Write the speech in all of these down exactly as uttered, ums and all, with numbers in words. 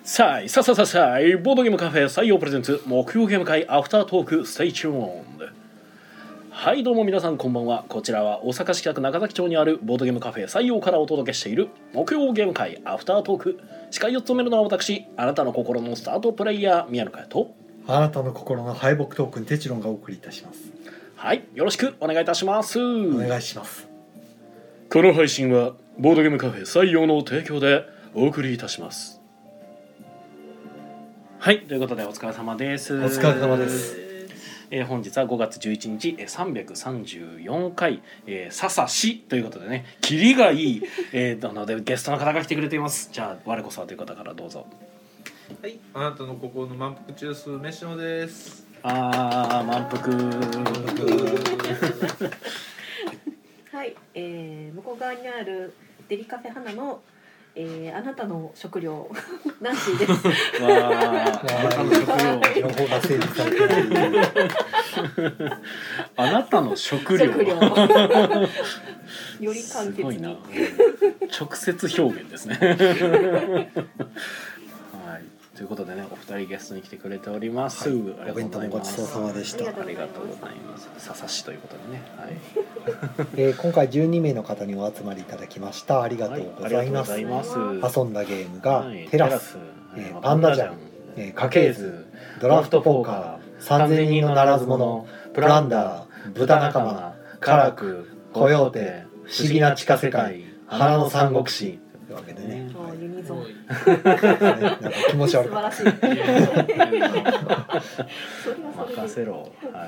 さあさあさあさあさあボードゲームカフェ採用プレゼンツ木曜ゲーム会アフタートークステイチューン。はいどうも皆さんこんばんは。こちらは大阪市北区中崎町にあるボードゲームカフェ採用からお届けしている木曜ゲーム会アフタートーク。司会を務めるのは私、あなたの心のスタートプレイヤー宮野佳代と、 あなたの心の敗北トークンテチロンがお送りいたします。 はいよろしくお願いいたします。 お願いします。 この配信はボードゲームカフェ採用の提供でお送りいたします。はいということでお疲れ様です。 お疲れ様です。 えー、本日はごがつじゅういちにちさんびゃくさんじゅうよんかい、えー、笹市ということでね、キリがいい、えー、なのでゲストの方が来てくれています。じゃあ我こそはという方からどうぞ。 はい、あなたの心の満腹ジュース飯野です。 あー満腹はい、えー、向こう側にあるデリカフェ花の、えー、あなたの食料ナンシーです。 わーあなたの食料情報が整理されてる。 あなたの食料食料より簡潔にすごいな直接表現ですねはいということでね、お二人ゲストに来てくれております。 はい、 ありがとうございます。 お弁当もごちそうさまでした。 ありがとうございます。笹市ということでね、はいえー、今回じゅうにめいの方にお集まりいただきました。ありがとうございます。 はい、ありがとうございます。 遊んだゲームが、 はい、 テラス、えー、パンダジャン、えー、家系図、ドラフトポーカー、さんぜんにんのならず者、プランダー、豚仲間、カラク、コヨーテ、不思議な地下世界、花の三国志というわけでね。 あーユニゾンなんか気持ち悪い。 素晴らしい。それはそれで任せろ。はい。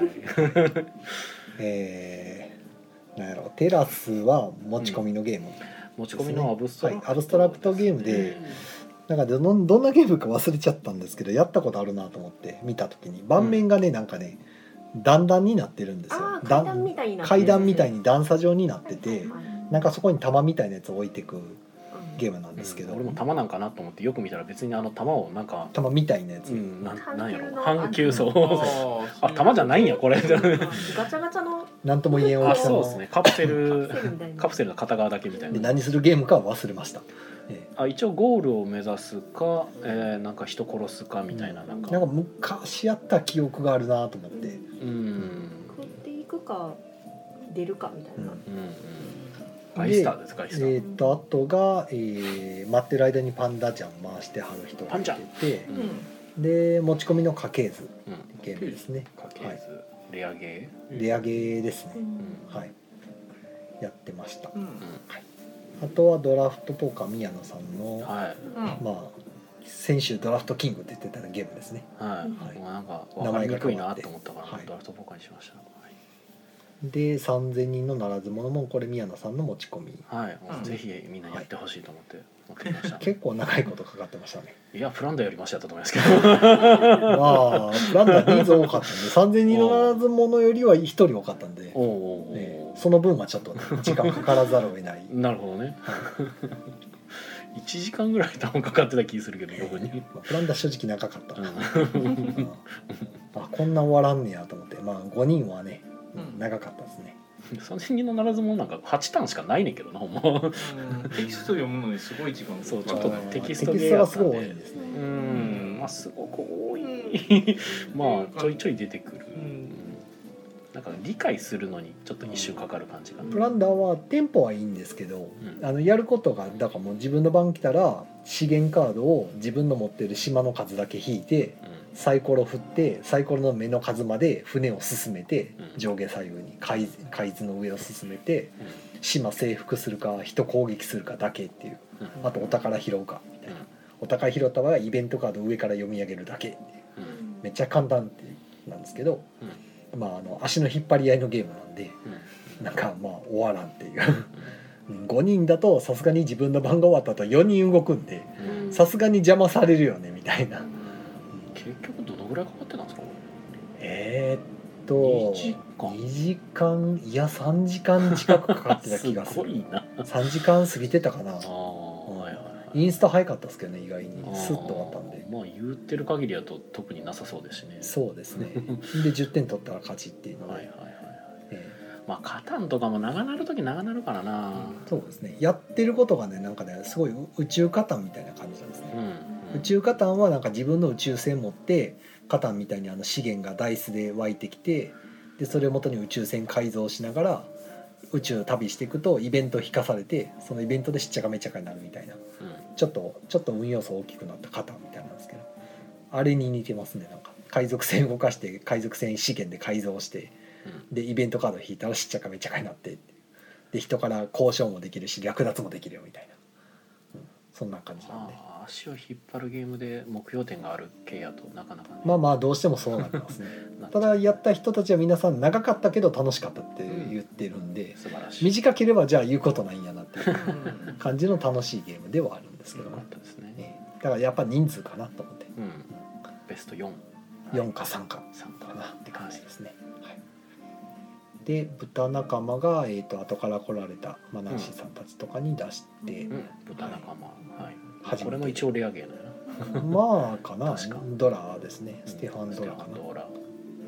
えー、なんやろ、テラスは持ち込みのゲーム、 持ち込みのアブストラクト、 はい、アブストラクトゲームで、なんかどのどんなゲームか忘れちゃったんですけど、やったことあるなと思って見た時に盤面がね、なんかね段々になってるんですよ。 あー階段みたいになってる階段みたいに段差状になってて、 はいはいはい、 なんかそこに玉みたいなやつを置いてくゲームなんですけど、 うん、俺も玉なんかなと思ってよく見たら別にあの玉をなんか玉みたいなやつ、 うん、なんなんやろ半半球層ああ玉じゃないんやこれガチャガチャのなんとも言えん大あきさのそうですね、カプセルカプセルみたいなカプセルの片側だけみたいでな。 何するゲームかは忘れました。えあ一応ゴールを目指すか、えー、なんか人殺すかみたいな、なんかーなんか昔やった記憶があるなと思って、 うん食っていくか出るかみたいな、 うんうんうんガイスターですガイスター、 えー、とあとが、えー待ってる間にパンダジャン回してはる人がいてて、 うんで持ち込みの家系図うんゲームですね。 家系図、レアゲー、 レアゲーですね、 うんはい、やってました。 うんあとはドラフトポーカー宮野さんの、 はいうんまあ先週ドラフトキングって言ってたゲームですね。 はい、 はいもうなんか分かりにくいなと思ったから、 はいドラフトポーカーにしました。 でさんぜんにんのならず者もこれ宮野さんの持ち込み、 はい、はい、もううんぜひみんなやってほしいと思って持ってきました。 結構長いことかかってましたね。 いやプランダよりマシだったと思いますけどまあプランダーニーズ多かったんでさんぜんにんのならず者よりはひとり多かったんで、 おお、 えーその分はちょっと、ね、時間かからざるを得ないなるほどねいちじかんぐらい多分かかってた気するけど僕に、 まあプランダー正直長かったな、 うんうんあこんな終わらんねやと思って、まあごにんはねうん長かったですね。 さんぜんにんのならずもなんかはちターンしかないねんけどなほんまうんテキスト読むのにすごい時間そうかかるちょっとテキストテキストがすごい多いんですね。 うんまあすごく多いまあちょいちょい出てくる、 うんうんなんか理解するのにちょっと一瞬かかる感じが、 プランダーはテンポはいいんですけど、 うんあのやることがだからもう自分の番来たら資源カードを自分の持ってる島の数だけ引いてサイコロ振ってサイコロの目の数まで船を進めてうん上下左右に海海図の上を進めてうん島征服するか人攻撃するかだけっていう、 うんあとお宝拾うかみたいな、 うんお宝拾った場合はイベントカードを上から読み上げるだけっていううんめっちゃ簡単ってなんですけど、 うんまああの足の引っ張り合いのゲームなんでうんなんかまあ終わらんっていうごにんだとさすがに自分の番が終わった後よにん動くんでうんさすがに邪魔されるよねみたいな。 結局どのぐらいかかってたんですかえー、っとにじかんにじかんいやさんじかん近くかかってた気がするすごいなさんじかん過ぎてたかな。 あーはいはいはいインスタ早かったですけどね意外にあースッと終わったんで。 まあ言ってる限りだと特になさそうですしねそうですねでじゅってん取ったら勝ちっていうので、 はいはいはいはいえまあカタンとかも長なる時長なるからなーそうですねやってることがねなんかねすごい宇宙カタンみたいな感じなんですね。 うん宇宙カタンはなんか自分の宇宙船持ってカタンみたいにあの資源がダイスで湧いてきて、でそれを元に宇宙船改造しながら宇宙旅していくとイベント引かされて、そのイベントでしっちゃかめっちゃかになるみたいな、 うんちょっとちょっと運要素大きくなったカタンみたいなんですけど、あれに似てますね。なんか海賊船動かして海賊船資源で改造してうんでイベントカード引いたらしっちゃかめっちゃかになってで人から交渉もできるし略奪もできるよみたいな、うん、そんな感じなんで、 あー足を引っ張るゲームで目標点がある系やとなかなかねまあまあどうしてもそうなりますねなっちゃうただやった人たちは皆さん長かったけど楽しかったって言ってるんで、 素晴らしい。 短ければじゃあ言うことないんやなっていう感じの楽しいゲームではあるんですけどよねかったですね。 ねだからやっぱ人数かなと思ってうん。ベストよん。 よんかさんかさんかかなって感じですね、はいで豚仲間が、えー、と後から来られた、まあ、ナンシーさんたちとかに出して、 うん。豚仲間。はい。 初めてこれも一応レアゲームだよな。 まあかな確かドラですねうんステファン・ドラかな、 ステファンドラ。 はい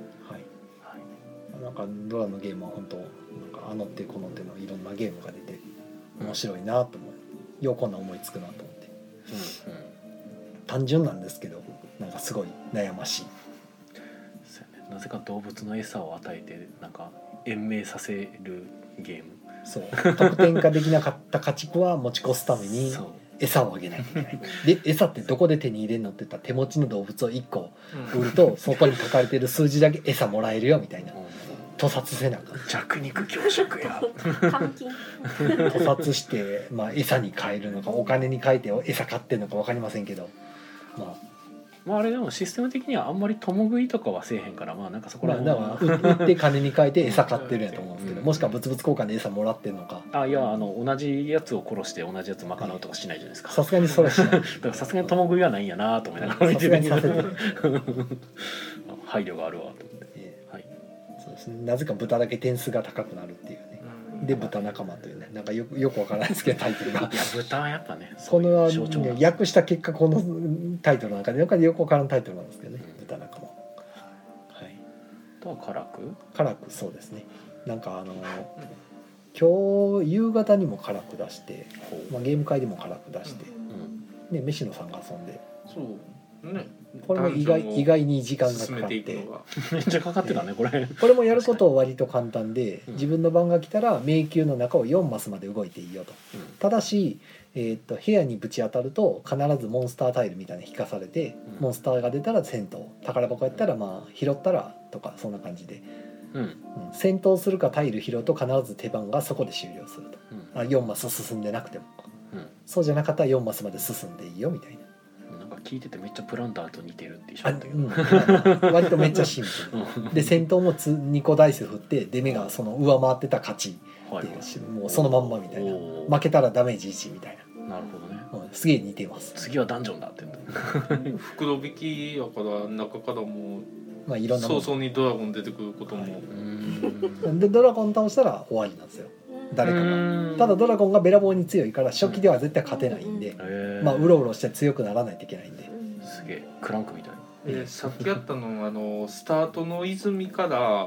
はい。 なんかドラのゲームは本当なんかあの手この手のいろんなゲームが出て面白いなと思う、ようこんな思いつくなと思ってうんうん。 単純なんですけどなんかすごい悩ましい。 そうやね。なぜか動物の餌を与えてなんか延命させるゲーム。 そう得点化できなかった家畜は持ち越すためにそう。 餌をあげないといけないで餌ってどこで手に入れるのって言ったら手持ちの動物をいっこ売るとそこに書かれてる数字だけ餌もらえるよみたいなうん屠殺せなあかん弱肉強食や。 換金屠殺して、まあ、餌に変えるのかお金に変えて餌買ってるのか分かりませんけど、ままああれでもシステム的にはあんまり共食いとかはせえへんからまあなんかそあ、 こらまあだ辺から売って金に変えて餌買ってるんやと思うんですけど、 うんもしくは物々交換で餌もらってるのかあいやあの同じやつを殺して同じやつ賄うとかしないじゃないですか。 さすがにそれはしないだからさすがに共食いはないんやなと思いながら見さてるすがにさせて配慮があるわと思って。 えはい。 ーそうですね、なぜか豚だけ点数が高くなるっていうねで豚仲間というねなんかよくよくわからないですけどタイトルがいや豚はやっぱねこそういうの、 象徴なんね、訳した結果このタイトルの中でなんかよくわからんタイトルなんですけどね、 うん豚仲間はいとは辛く。 辛くそうですねなんかあの今日夕方にも辛く出して、 ほう。 まあ、ゲーム会でも辛く出して、 うん。 ね、飯野さんが遊んでそうねこれも意外意外に時間がか進めかってていくのがめっちゃかかってたねこれ。 これもやることは割と簡単でうん自分の番が来たら迷宮の中をよんマスまで動いていいよと。ただし、えー、と部屋にぶち当たると必ずモンスタータイルみたいなの引かされて、 うんモンスターが出たら戦闘宝箱やったらまあ拾ったらとかそんな感じで、 うん。うん。 うん、戦闘するかタイル拾うと必ず手番がそこで終了すると。 うん。 あよんマス進んでなくてもうん。 そうじゃなかったらよんマスまで進んでいいよみたいな。 なんか聞いててめっちゃプランターと似てるって一緒あ、 だったけど。 うん、まあ割とめっちゃシンプルで戦闘もつにこダイス振って出目がその上回ってた勝ちはいっていうしもうそのまんまみたいなおー負けたらダメージいちみたいなるほどね。 な、うん、すげえ似てます。 次はダンジョンだって言うんだ。 袋引きやから中からもまあいろんなも早々にドラゴン出てくることも、 はいうーん。 んでドラゴン倒したら終わりなんですよ誰かが。 がただドラゴンがべらぼうに強いから初期では絶対勝てないんで、 えー、 まあうろうろして強くならないといけないんで、 すげえクランクみたいな。 えーさっきやったのはあのスタートの泉から、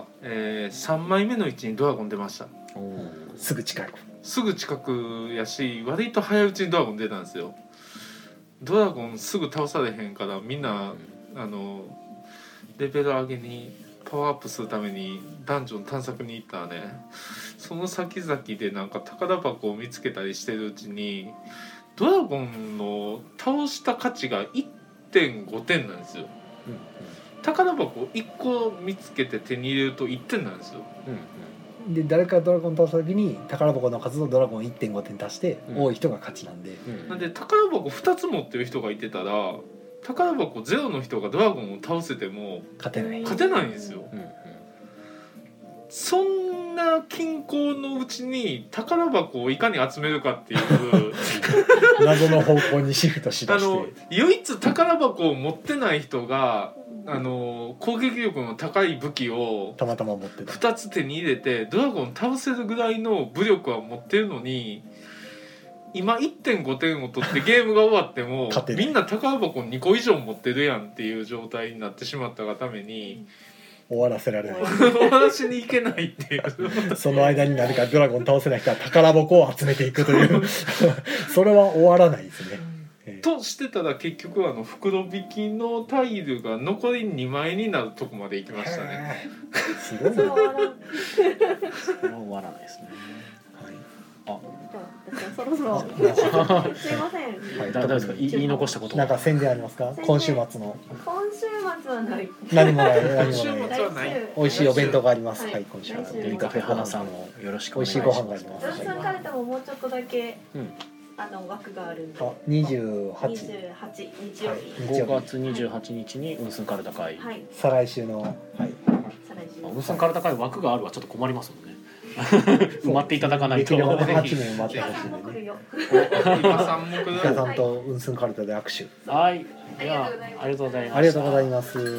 えー、さんまいめの位置にドラゴン出ました。 おお。 すぐ近く。 すぐ近くやし割と早いうちにドラゴン出たんですよ。ドラゴンすぐ倒されへんからみんなあのレベル上げにパワーアップするためにダンジョン探索に行ったらねその先々でなんか宝箱を見つけたりしてるうちにドラゴンの倒した価値が いってんごてんなんですよ。 うん宝箱いっこ見つけて手に入れるといってんなんですよ。 うんうんで誰かドラゴン倒した時に宝箱の数とドラゴンいってんごてん足して、 うん多い人が勝ちなんで、 うんうん。 なんで宝箱ふたつ持ってる人がいてたら宝箱ゼロの人がドラゴンを倒せても勝てない。 勝てないんですよ。 うんうん。 そんな均衡のうちに宝箱をいかに集めるかっていう謎の方向にシフトしだしあのて唯一宝箱を持ってない人があの攻撃力の高い武器をたまたま持ってた。 ふたつ手に入れてドラゴン倒せるぐらいの武力は持ってるのに今 いってんごてんを取ってゲームが終わっても勝てないみんな宝箱にこ以上持ってるやんっていう状態になってしまったがために終わらせられない。 お話に行けないっていうその間になぜかドラゴン倒せない人は宝箱を集めていくというそれは終わらないですね、えとしてたら結局あの袋引きのタイルが残りにまいになるとこまで行きましたね。 すごいな。 それは終わらん。 それは終わらないですね。あ、 じゃあそろそろすいません。 はい大丈夫ですか。言い言い残したことは。 なんか宣伝ありますか？今週末の今週末はない。 何もない何も今週ない。 末はない。 美味しいお弁当があります。 はいはい、今週は来週デリカフェ花さんをよろしくお美味しい願いします。 ご飯があります。 ウンスンカルタももうちょっとだけうん。 あの枠があるんで。 あ、二十八。 二十八日曜日。 はいごがつにじゅうはちにちにウンスンカルタ会。 はい。 再来週のはい。 再来週。 あウンスンカルタ会枠があるはちょっと困りますもんね。埋まっていただかないと。 できればぜひ八名埋まってイカほしさんも来るいね。 よ。 今さんも来るイカさんとウンスンカルタで握手。 はい。ではありがとうございます。 ありがとうございます。 はい。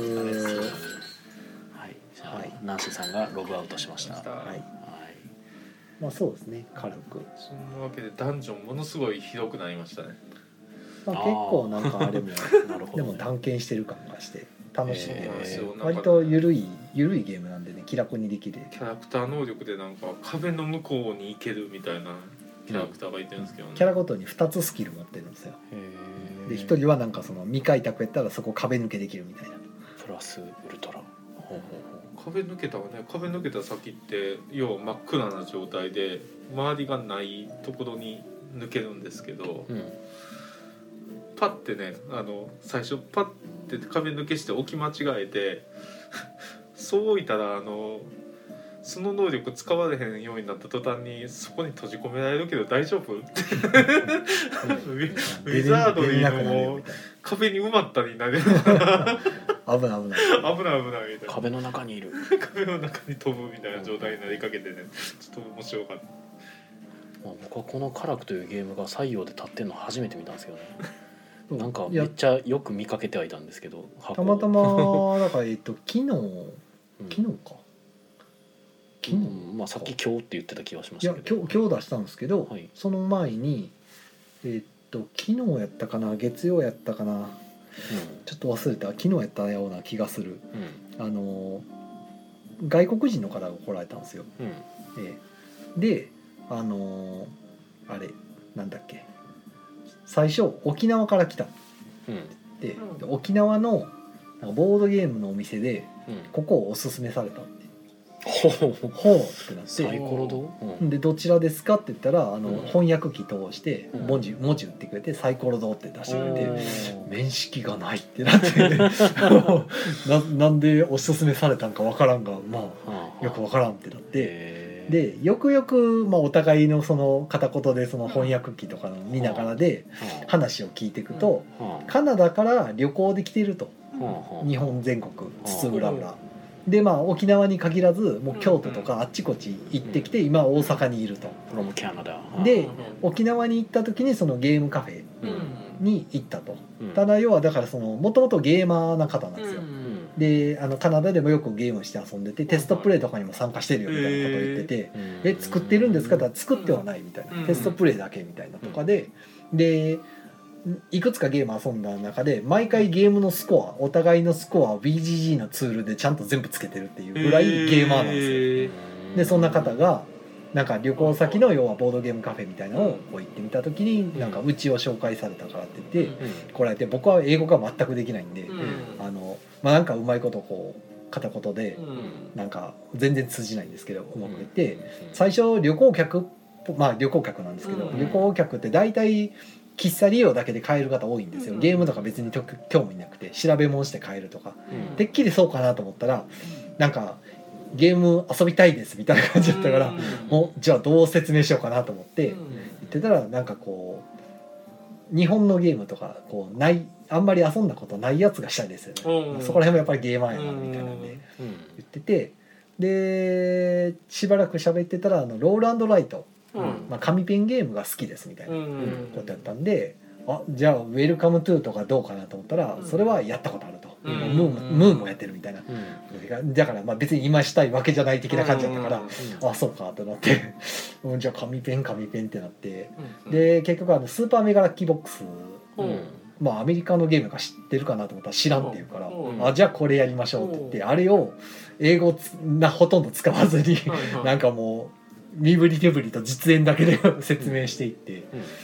じゃあ、 はいナンシーさんがログアウトしました。ははい。 い。 まあそうですね。軽く。 そんなわけでダンジョンものすごい広くなりましたね。 まあ結構なんかあれもなるほど。 でも探検してる感がして楽しいね。 えー割とゆるいゆるいゲームなんでね、気楽にできる。 キャラクター能力でなんか壁の向こうに行けるみたいなキャラクターがいてるんですけどね。 キャラごとにふたつスキル持ってるんですよ。 へーでひとりはなんかその未開拓やったらそこ壁抜けできるみたいな。 プラスウルトラ。ほうほうほ壁抜けたわね。壁抜けた先って要は真っ暗な状態で周りがないところに抜けるんですけど、 う。うん。 パッてねあの最初パッて壁抜けして置き間違えてそう置いたらあのその能力使われへんようになった途端にそこに閉じ込められるけど大丈夫ってウィウィザードリーのもう壁に埋まったりなる危ない危ない。 危ない危ないみたいな壁の中にいる。 壁の中に飛ぶみたいな状態になりかけてねちょっと面白かった。 まあ僕はこのカラクというゲームが採用で立ってるの初めて見たんですけどね。なんかいやめっちゃよく見かけてはいたんですけど。箱たまたまだからえっと昨日うん昨日か。昨日うんまあさっき今日って言ってた気がしまいやしたけど。 今日今日出したんですけど、 はいその前にえっと昨日やったかな月曜やったかなちょっと忘れた昨日やったような気がする。 うんあの外国人の方が来られたんですよ。 うんうんええであのあれなんだっけ最初沖縄から来たうんで、 うんで沖縄のなんかボードゲームのお店でうん。 ここをおすすめされたってほうほうほう。 ほうってなっサイてコロ堂。うんでどちらですかって言ったらあの、 うん翻訳機通してうん文字文字打ってくれてサイコロ堂って出してくれておー面識がないってなってななんでおすすめされたんかわからんがまはああよくわからんってなってへーでよくよく、まあ、お互いのその片言でその翻訳機とかの見ながらではあ話を聞いていくとはあカナダから旅行で来ているとはあはあ日本全国津々浦々でまあ沖縄に限らずもう京都とかあっちこっち行ってきて今大阪にいると。 from Canada。 で沖縄に行った時にそのゲームカフェうんに行ったと。 うんただ要はだからそのもともとゲーマーな方なんですよ。 うんであのカナダでもよくゲームして遊んでてテストプレイとかにも参加してるよみたいなことを言ってて「え作ってるんですか?」って言ったら作ってはないみたいなうんテストプレイだけみたいなとかででいくつかゲーム遊んだ中で毎回ゲームのスコアお互いのスコアを ビージージー のツールでちゃんと全部つけてるっていうぐらいゲーマーなんですよ。でそんな方がなんか旅行先の要はボードゲームカフェみたいなのをこう行ってみた時になんかうちを紹介されたからって言って来られて僕は英語が全くできないんであのまあなんかうまいことこう片言でなんか全然通じないんですけどうまくいって最初旅行客まあ旅行客なんですけどうん旅行客って大体喫茶利用だけで買える方多いんですよ。ゲームとか別にと興味なくて調べ物して買えるとかてっきりそうかなと思ったらなんかゲーム遊びたいですみたいな感じだったからおじゃあどう説明しようかなと思って言ってたらなんかこう日本のゲームとかこうないあんまり遊んだことないやつがしたいですよね。そこら辺もやっぱりゲーマーやなみたいなんで言っててでしばらく喋ってたらあのロール&ライト、まあ、紙ペンゲームが好きですみたいなことやったんであじゃあウェルカムトゥーとかどうかなと思ったらそれはやったことあると、 うん、 ムーもムーもやってるみたいな、だからまあ別に今したいわけじゃない的な感じだったから、あそうかとなってうんじゃあ紙ペン紙ペンってなってで結局あのスーパーメガラッキーボックス、まあアメリカのゲームか知ってるかなと思ったら知らんって言うから、あじゃあこれやりましょうって言ってあれを英語なほとんど使わずになんかもう身振り手振りと実演だけで説明していって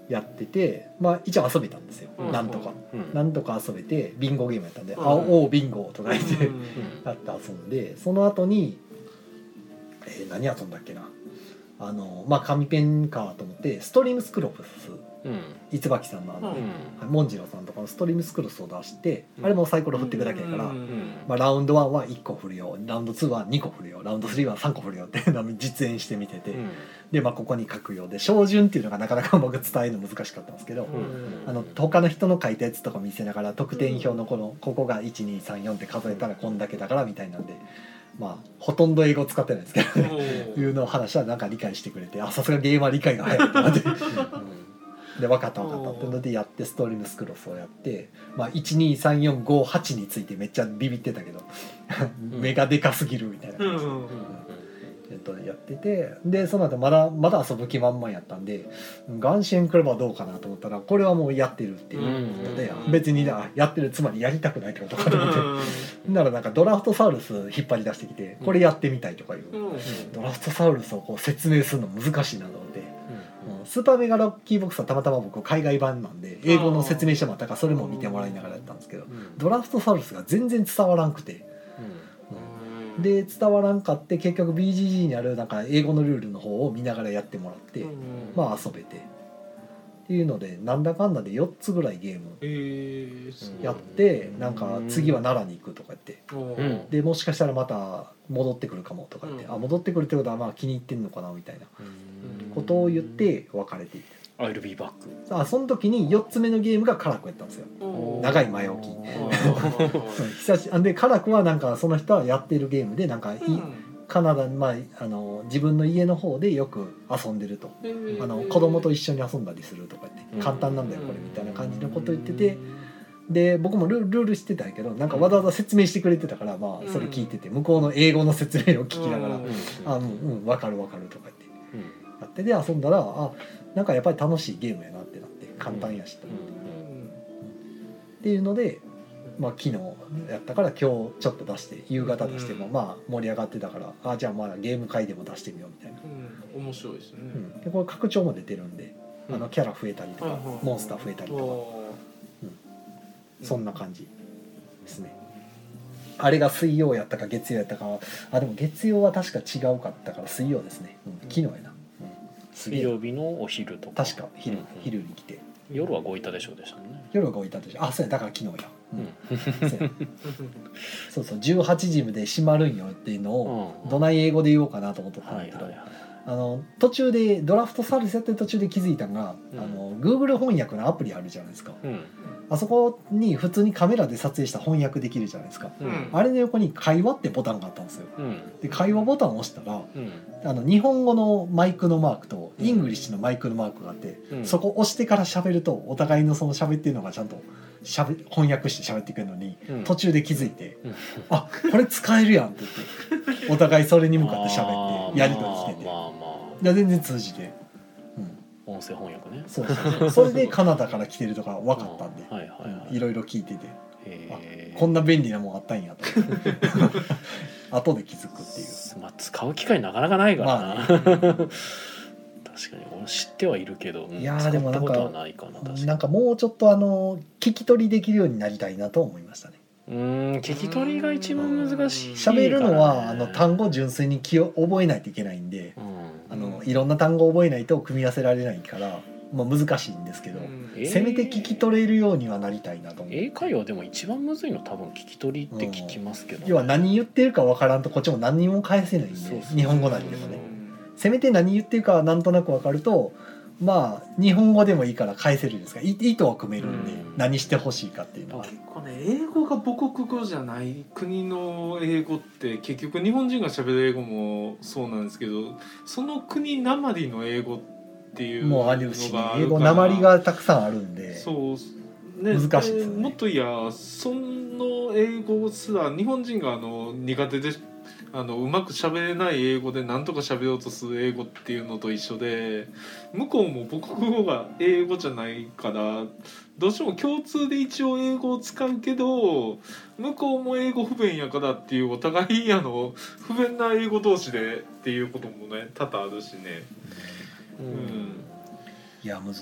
やってて、まあ一応遊べたんですよ、 うんなんとか、 うんなんとか遊べてビンゴゲームやったんで「 うんあおうビンゴ」とか言って、 うんやって遊んで、その後に、えー何遊んだっけな、あのまあ紙ペンかと思ってストリームスクロプス、 うんいつばきさんのあの、 うんはいモンジローさんとかのストリームスクロスを出して、 うんあれもサイコロ振っていくだけだから、 うんまあ、ラウンドワンはいっこ振るよ、ラウンドツーはにこ振るよ、ラウンドスリーはさんこ振るよっていうのを実演してみてて、 うんで、まあ、ここに書くようで照準っていうのがなかなか僕伝えるの難しかったんですけど、 うんあの他の人の書いたやつとか見せながら得点表のこのここがいちにさんよんって数えたらこんだけだからみたいなんで、まあほとんど英語使ってないですけどねいうのを話はなんか理解してくれて、あさすがゲーマー理解が早いってなってで分かった分かったっていうのでやってストーリームスクロスをやって、まあ、いちにさんよんごはちについてめっちゃビビってたけど目がでかすぎるみたいな感じで、 うんえっと、やってて、でその後まだまだ遊ぶ気満々やったんでガンシェンクラブはどうかなと思ったらこれはもうやってるっていうので、 うん別にあやってるつまりやりたくないってことかと思ってならなんかドラフトサウルス引っ張り出してきてこれやってみたいとかいう、ドラフトサウルスをこう説明するの難しいなと思って、うんスーパーメガラッキーボックスはたまたま僕海外版なんで英語の説明書もあったからそれも見てもらいながらやったんですけど、ドラフトサウルスが全然伝わらんくて、うんで伝わらんかって結局 ビージージー にあるなんか英語のルールの方を見ながらやってもらって、まあ遊べてっていうのでなんだかんだでよっつぐらいゲームえーやってなんか次は奈良に行くとか言ってうんでもしかしたらまた戻ってくるかもとか言って、 うんあ戻ってくるってことはまあ気に入ってんのかなみたいなうんことを言って別れていって I'll be back あその時によっつめのゲームがカラクやったんですよ。長い前置き久しでカラクはなんかその人はやってるゲームでなんかい、カナダ、まあ、あの自分の家の方でよく遊んでると、あの子供と一緒に遊んだりするとか言って、 うん簡単なんだよこれみたいな感じのこと言ってて、で僕もルルール知ってたんやけどなんかわざわざ説明してくれてたからまあそれ聞いてて向こうの英語の説明を聞きながら「 うんあうんうん分かる分かる」とか言ってうんやってで遊んだらあなんかやっぱり楽しいゲームやなってなって簡単やしと思って、っていうので。まあ、昨日やったから今日ちょっと出して夕方出してもまあ盛り上がってたからあじゃあまあゲーム会でも出してみようみたいな、 うん面白いですねうん、でこれ拡張も出てるんでうんあのキャラ増えたりとかうんモンスター増えたりとかうんそんな感じですね。あれが水曜やったか月曜やったかはあでも月曜は確か違うかったから水曜ですね、うん、昨日やな、うん、すげ水え曜日のお昼とか確か昼、 うん昼に来て夜はごいたでしょうでしたね夜が置いたでしょあそうやだから昨日や、うんそうやうそうそうじゅうはちじで閉まるんよっていうのをうんどない英語で言おうかなと思ってたんだけど、 はいはいはいあの途中でドラフトサービスやってる途中で気づいたのが、 うんあの Google 翻訳のアプリあるじゃないですか。 うんあそこに普通にカメラで撮影した翻訳できるじゃないですか。 うんあれの横に会話ってボタンがあったんですよ。 うんで会話ボタンを押したらうんあの日本語のマイクのマークとイングリッシュのマイクのマークがあって、 うんそこ押してから喋るとお互いのその喋ってるのがちゃんと喋翻訳して喋ってくるのに、 うん途中で気づいてうん 「あこれ使えるやん」って言ってお互いそれに向かって喋あーってやり取りしてて、 まあまあまいや全然通じて、うん、 あ音声翻訳ねそうそうそうそれでカナダから来てるとか分かったんで、 はいはいはいうんいろいろ聞いててへーこんな便利なもんあったんやと後で気づくっていう。 まあ使う機会なかなかないからな、 まあね確かに俺知ってはいるけど、うんいやーでもなんか使ったことはないかな確かになんかもうちょっとあの聞き取りできるようになりたいなと思いましたね。 うーん聞き取りが一番難しい喋るのはあの単語、 語純粋に気を覚えないといけないんで、 うんあのいろんな単語を覚えないと組み合わせられないから、まあ、難しいんですけど、 えーせめて聞き取れるようにはなりたいなと思う。 英会話でも一番むずいの多分聞き取りって聞きますけど、 要は何言ってるかわからんとこっちも何にも返せないんで、 そうそう日本語なんでもね。せめて何言ってるかはなんとなくわかるとまあ日本語でもいいから返せるんですがい意図は組めるんで、 うん何してほしいかっていうのは。 結構ね英語が母国語じゃない国の英語って結局日本人が喋る英語もそうなんですけどその国なまりの英語っていうのもうがあるあるしから英語なまりがたくさんあるんでそう、ね、 難しいですよねもっといやその英語すら日本人があの苦手であのうまく喋れない英語で何とか喋ろうとする英語っていうのと一緒で向こうも母国語が英語じゃないからどうしても共通で一応英語を使うけど向こうも英語不便やからっていうお互いあの不便な英語同士でっていうこともね多々あるしね。 ううんんいやむずい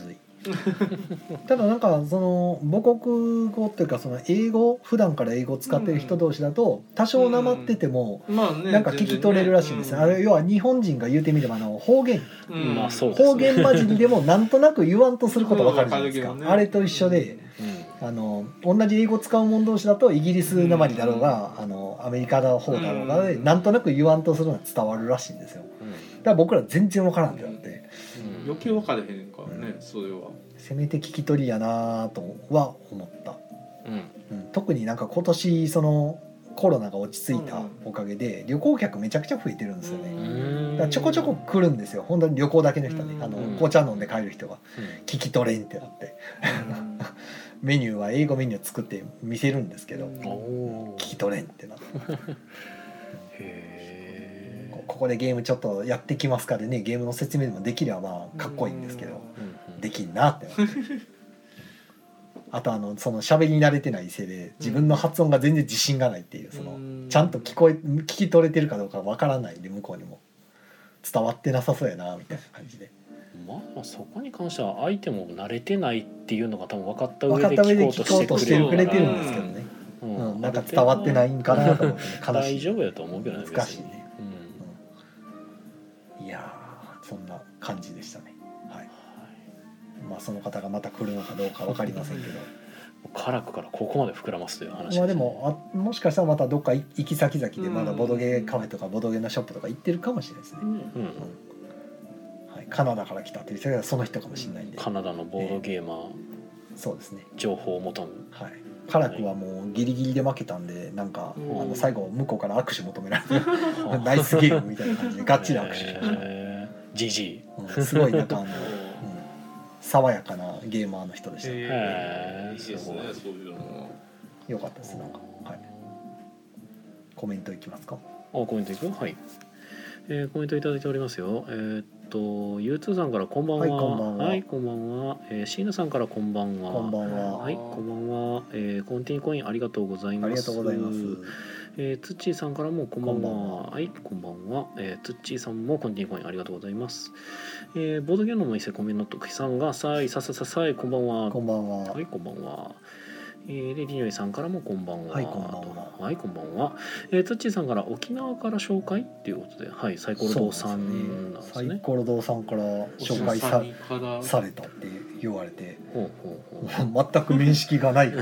ただなんかその母国語っていうかその英語普段から英語を使ってる人同士だと多少なまっててもまあねなんか聞き取れるらしいんですよ、 全然ねあれ要は日本人が言うてみればあの方言うんまあそうですね方言混じりでもなんとなく言わんとすることわかるじゃないですか、 うんわかるけどねあれと一緒であの同じ英語使う者同士だとイギリスなまりだろうが、あのアメリカの方だろうがで、 うんなんとなく言わんとするのは伝わるらしいんですよ。 うんだから僕ら全然わからんってなってうん余計分かれへんからね、 うんそれは。 せめて聞き取りやなとは思った、 うんうん、特になんか今年そのコロナが落ち着いたおかげで旅行客めちゃくちゃ増えてるんですよね、 うんだからちょこちょこ来るんですよ本当に旅行だけの人ね、 うんあのうん紅茶飲んで帰る人がうん聞き取れんってなってメニューは英語メニュー作って見せるんですけどおー聞き取れんってなってへこここでゲームちょっとやってきますかでねゲームの説明でもできればまあかっこいいんですけどーできんなってなってあとあのその喋り慣れてないせいで自分の発音が全然自信がないっていうそのちゃんと聞こえ聞き取れてるかどうかわからないんで向こうにも伝わってなさそうやなみたいな感じでまあそこに関しては相手も慣れてないっていうのが多分分かった分上でかった上で聞こうと聞こうとしててしるからくれてるんですけどね、 ううん、なんか伝わってないんかなと思って、ね、悲しい大丈夫やと思うけどね難しいね、 別にうん、いやーそんな感じでしたねはいまあその方がまた来るのかどうか分かりませんけどうん、辛くからここまで膨らますという話まあでもあもしかしたらまたどっか行き先々でまだボドゲカフェとかボドゲのショップとか行ってるかもしれないですね、 うんうんはい、カナダから来たっていう人がその人かもしれないんでカナダのボードゲーマーそうですね情報を求むはいカラクはもうギリギリで負けたんでなんか、 うんあの最後向こうから握手求められてナイスゲームみたいな感じでガッチリ握手、 えー、ジジうん、すごいなんかあの、うん、爽やかなゲーマーの人でした、 へーいいですねそういうの。 よかったですなんか、はい、コメントいきますかあコメントいくはい、えー、コメントいただいておりますよえーっと ユーツー さんからこんばんははいこんばんははいこんばんは、えー、シーナさんからこんばんはこんばんははいこんばんは、えー、コンティニューコインありがとうございますありがとうございますえー、ツッチーさんからもこんばんはこんばんははいこんばんは、えー、ツッチーさんもコンティニューコインありがとうございます、えー、ボードゲームのお店コメントさんがさいささささいこんばんはこんばんは、 はい、こんばんは。えー、で、りのりさんからもこんばんは。 はいこんばんははい、こんばんは。えー、つっちーさんから沖縄から紹介っていうことで、はい、サイコロ堂さんなんですサイね。 コロ堂さんから紹介さからされたって言われてほうほうほう。 全く面識がない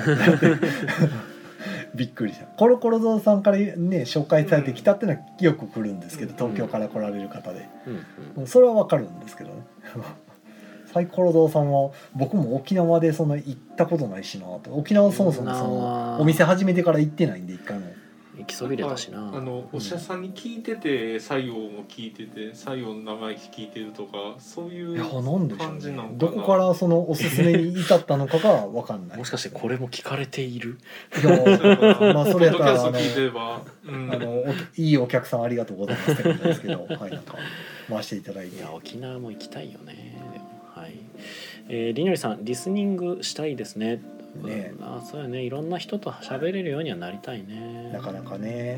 びっくりしたコロコロ堂さんからね紹介されてきたっていうのはよく来るんですけど、東京から来られる方で、 うんうん。 それはわかるんですけどねサイコロ堂さんは僕も沖縄でその行ったことないしなと沖縄そもそもそのお店始めてから行ってないんで一回も行きそびれたしな。 あのお医者さんに聞いてて西洋も聞いてて西洋の名前聞いてるとかそういいやうなんでしょ感じなのかな。 うねどこからそのおすすめに至ったのかがわかんないもしかしてこれも聞かれている。 いやまあそれやったらポッドキャスト聞いてれば、うんあのおいいお客さんありがとうございますってことですけど、はい、なんか回していただいていや、沖縄も行きたいよね。でもはい。えー、りのりさん、リスニングしたいですね。 ねうんあ、そうやね。いろんな人と喋れるようにはなりたいね。 なかなかね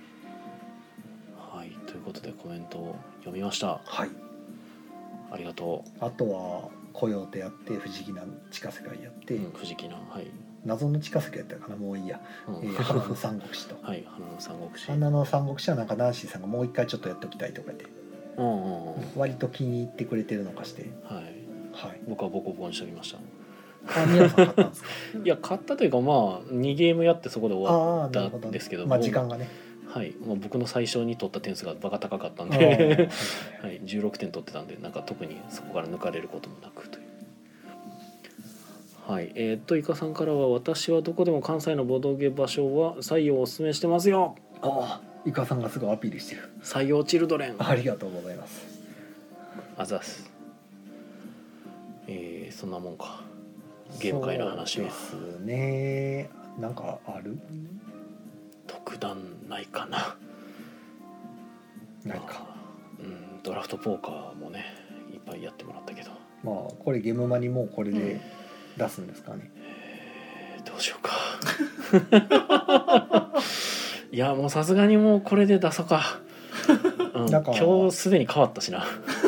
はい、ということでコメントを読みました。 はいありがとあとはコヨーテやって不思議な地下世界やって、 う。うん、藤木な、はい。 謎の地下世界やったかなもういいや、 うんえー花の三国志とはい、花の三国志。 花の三国志はなんかナンシーさんがもう一回ちょっとやっておきたいとか言ってうんうんうん。 割と気に入ってくれてるのかしてはい。 はい僕はボコボコにしておきました。 あ宮野さん買ったんですかいや、買ったというか、まあ、にゲームやってそこで終わっああなるほど、 たんですけども。 まあ時間がねはい、まあ、僕の最初に取った点数がバカ高かったんあーで。はい、じゅうろくてん取ってたんで、なんか特にそこから抜かれることもなくという。はい、えーっと、イカさんからは、私はどこでも関西のボードゲー場所は採用をお勧めしてますよ。 ああイカさんがすごいアピールしてる採用チルドレン。 ありがとうございますあざっす。えー、そんなもんか。ゲーム界の話はそうですねなんかある特段ないかな。 なんかうん、ドラフトポーカーもね、いっぱいやってもらったけど。 まあこれゲームマにもうこれで出すんですかね、 えーどうしようか。いや、もうさすがにもうこれで出そうか。うん、 なんか今日すでに変わったしな。 あ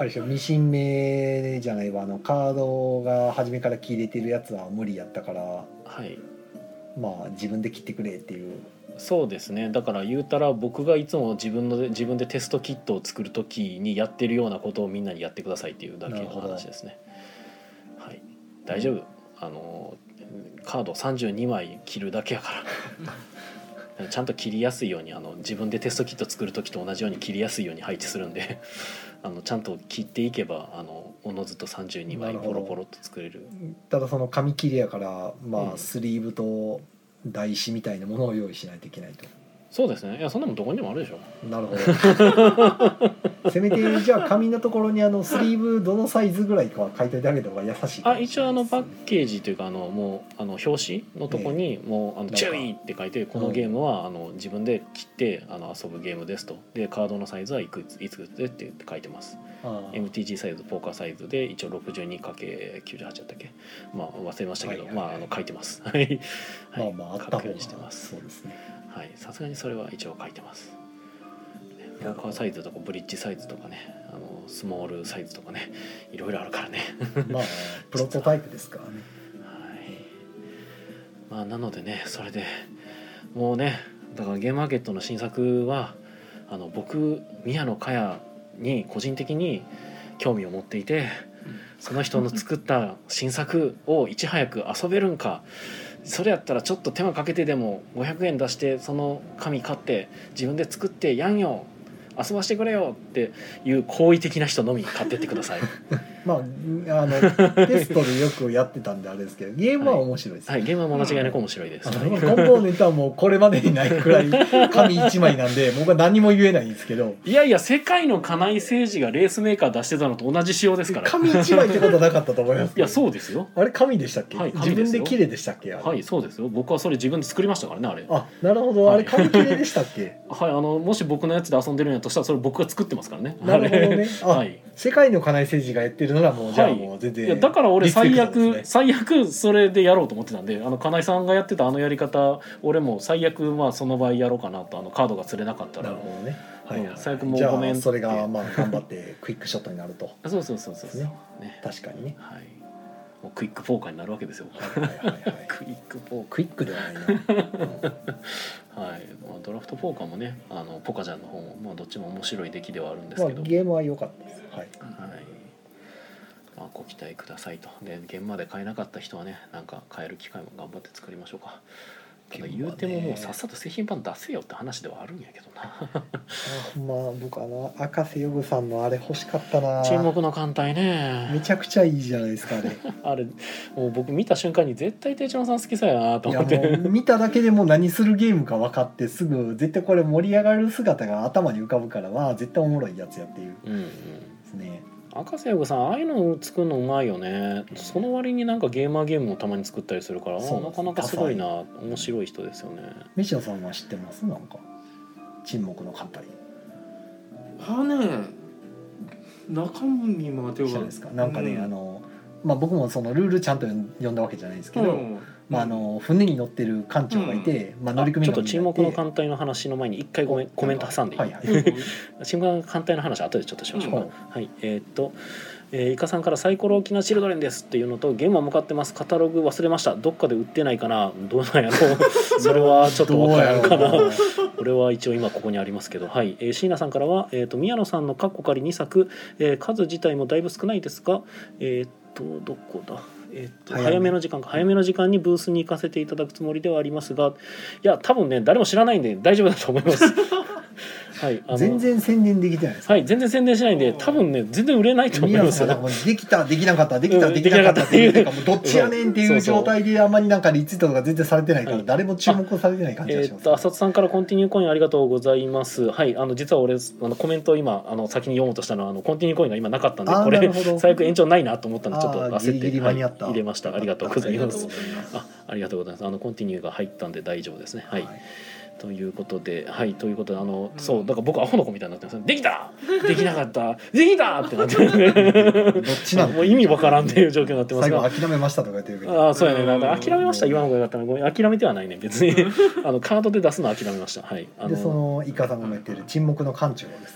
あれでしょ、ミシン目じゃないわ、あのカードが初めから切れてるやつは無理やったから、 はいまあ自分で切ってくれっていう。 そうですね。だから言うたら僕がいつも自分の自分でテストキットを作るときにやってるようなことをみんなにやってくださいっていうだけの話ですね。はい、大丈夫。あのカードさんじゅうにまい切るだけやからちゃんと切りやすいようにあの自分でテストキット作るときと同じように切りやすいように配置するんであのちゃんと切っていけばあのおのずとさんじゅうにまいポロポロっと作れる。 ただその紙切れやからまあ、 うんスリーブと台紙みたいなものを用意しないといけないと。 そうですね。いやそんなもんどこにでもあるでしょ。 なるほどせめてじゃあ紙のところにあのスリーブどのサイズぐらいかは書いておいてあげた方が優しいかもしれないです。 あ一応あのパッケージというかあのもうあの表紙のとこにもうあの注意って書いてこのゲームはあの自分で切ってあの遊ぶゲームですと。でカードのサイズはいくついくつでって書いてます。 あーエムティージー サイズポーカーサイズで一応 ろくじゅうにかけるきゅうじゅうはち だったっけ、まあ忘れましたけど、 はいはいはいまああの書いてますはいまあまああった方が書くようにしてます。 そうですね。 はい、さすがにそれは一応書いてます。ポーカーサイズとかブリッジサイズとかね、あのスモールサイズとかね、いろいろあるからね。 まあプロトタイプですからね。 はい。まあなのでね、それでもうね、だからゲームマーケットの新作はあの僕宮野佳代に個人的に興味を持っていて、その人の作った新作をいち早く遊べるんか。それやったらちょっと手間かけてでもごひゃくえん出してその紙買って自分で作ってやんよ遊ばしてくれよっていう好意的な人のみ買ってってくださいまああのテストでよくやってたんであれですけどゲームは面白いです、 はい、ゲームは間違いなく面白いです、 あのコンポーネントはもうこれまでにないくらい紙いちまいなんで僕は何も言えないんですけど、 いやいや世界の金井誠司がレースメーカー出してたのと同じ仕様ですから。 紙いちまいってことなかったと思いますいやそうですよ。 あれ紙でしたっけ、 はい自分で切れでしたっけ。 はいそうですよ。僕はそれ自分で作りましたからねあれ。 あなるほど、あれ紙切れでしたっけはい、あのもし僕のやつで遊んでるんやとしたらそれ僕が作ってますからね。 なるほどね。あ、 はい、 世界の金井誠司がやってるならもうじゃあはいもう全然、 いやだから俺最リスペ悪、 クトですね最悪それでやろうと思ってたんで、あの金井さんがやってたあのやり方俺も最悪まあその場合やろうかなと。あのカードが釣れなかったらなるほどね。はいはいはい、 うん最悪もうじゃごめんってあそれがまあ頑張ってクイックショットになるとそうそうそうそうそうねね、 確かにね。 はい、もうクイックポーカーになるわけですよ。 はいはいはいはいクイックポークイックではないな、うんカー、はい、まあ、ドラフトポーカーもねあのポカジャンの方も、まあ、どっちも面白い出来ではあるんですまあ、 けど、 ゲームは良かったです。はい。 はい、まあ、ご期待くださいと。で現場で買えなかった人はねなんか買える機会も頑張って作りましょうか。ただ言うてももうさっさと製品版出せよって話ではあるんやけどなあまあ僕あの赤瀬ヨグさんのあれ欲しかったな。 沈黙の艦隊ねめちゃくちゃいいじゃないですかあれ。 あれもう僕見た瞬間に絶対手帳さん好きそうやなといや思ってもう見ただけでも何するゲームか分かってすぐ絶対これ盛り上がる姿が頭に浮かぶからまあ絶対おもろいやつやっていううんうんですね。 赤瀬さんああいうの作るのうまいよね。その割になんかゲーマーゲームもたまに作ったりするからそうなかなかすごいな面白い人ですよね。 西野さんは知ってます？なんか沈黙の艦隊あね中身までは知らないですか。なんかね、 うんあのまあ僕もそのルールちゃんと読んだわけじゃないですけど、 うんまあ、あの船に乗ってる艦長がいて、まあ、乗組員がちょっと沈黙の艦隊隊の話の前に一回ごめんコメント挟んでいい？ はいはい沈黙の艦隊の話後でちょっとしましょうか。 うんはいえーっとえー、イカさんからサイコロ沖縄チルドレンですっていうのと現場向かってますカタログ忘れましたどっかで売ってないかなどうなんやろうそれはちょっと分からんかなどうやろうなこれは一応今ここにありますけどはい、えー、椎名さんからは、えー、と宮野さんのカッコ仮にさく、えー、数自体もだいぶ少ないですがえーっとどこだえー、と早め早めの時間か早めの時間にブースに行かせていただくつもりではありますがいや多分ね誰も知らないんで大丈夫だと思いますはいあの全然宣伝できてないです。 はい全然宣伝しないんで多分ね全然売れないと思い宮野ますよさんがもうできたできなかったできたうんできなかったっていうできなかったかもうどっちやねんっていう状態であんまりなんかリツイートとか全然されてないからはい誰も注目されてない感じがえします、 ーっと浅津さんからコンティニューコインありがとうございますはいあの実は俺あのコメントを今あの先に読もうとしたのはあのコンティニューコインが今なかったんであーこれなるほど最悪延長ないなと思ったんでちょっとあー焦ってギリギリ間に合ったはい入れましたありがとうございますありがとうございますあありがとうございますあのコンティニューが入ったんで大丈夫ですねはい、 はいということではいということであの、 うんそうだから僕アホの子みたいになってますできたできなかったできたってなってどっちなのもう意味わからんっていう状況になってます最後が諦めましたとか言ってるけどああそうやねなんか諦めましたうん言わん方がよかったなごめん諦めてはないね別にあのカードで出すのは諦めましたはいあでそののイカさんが言ってる沈黙の艦長をですね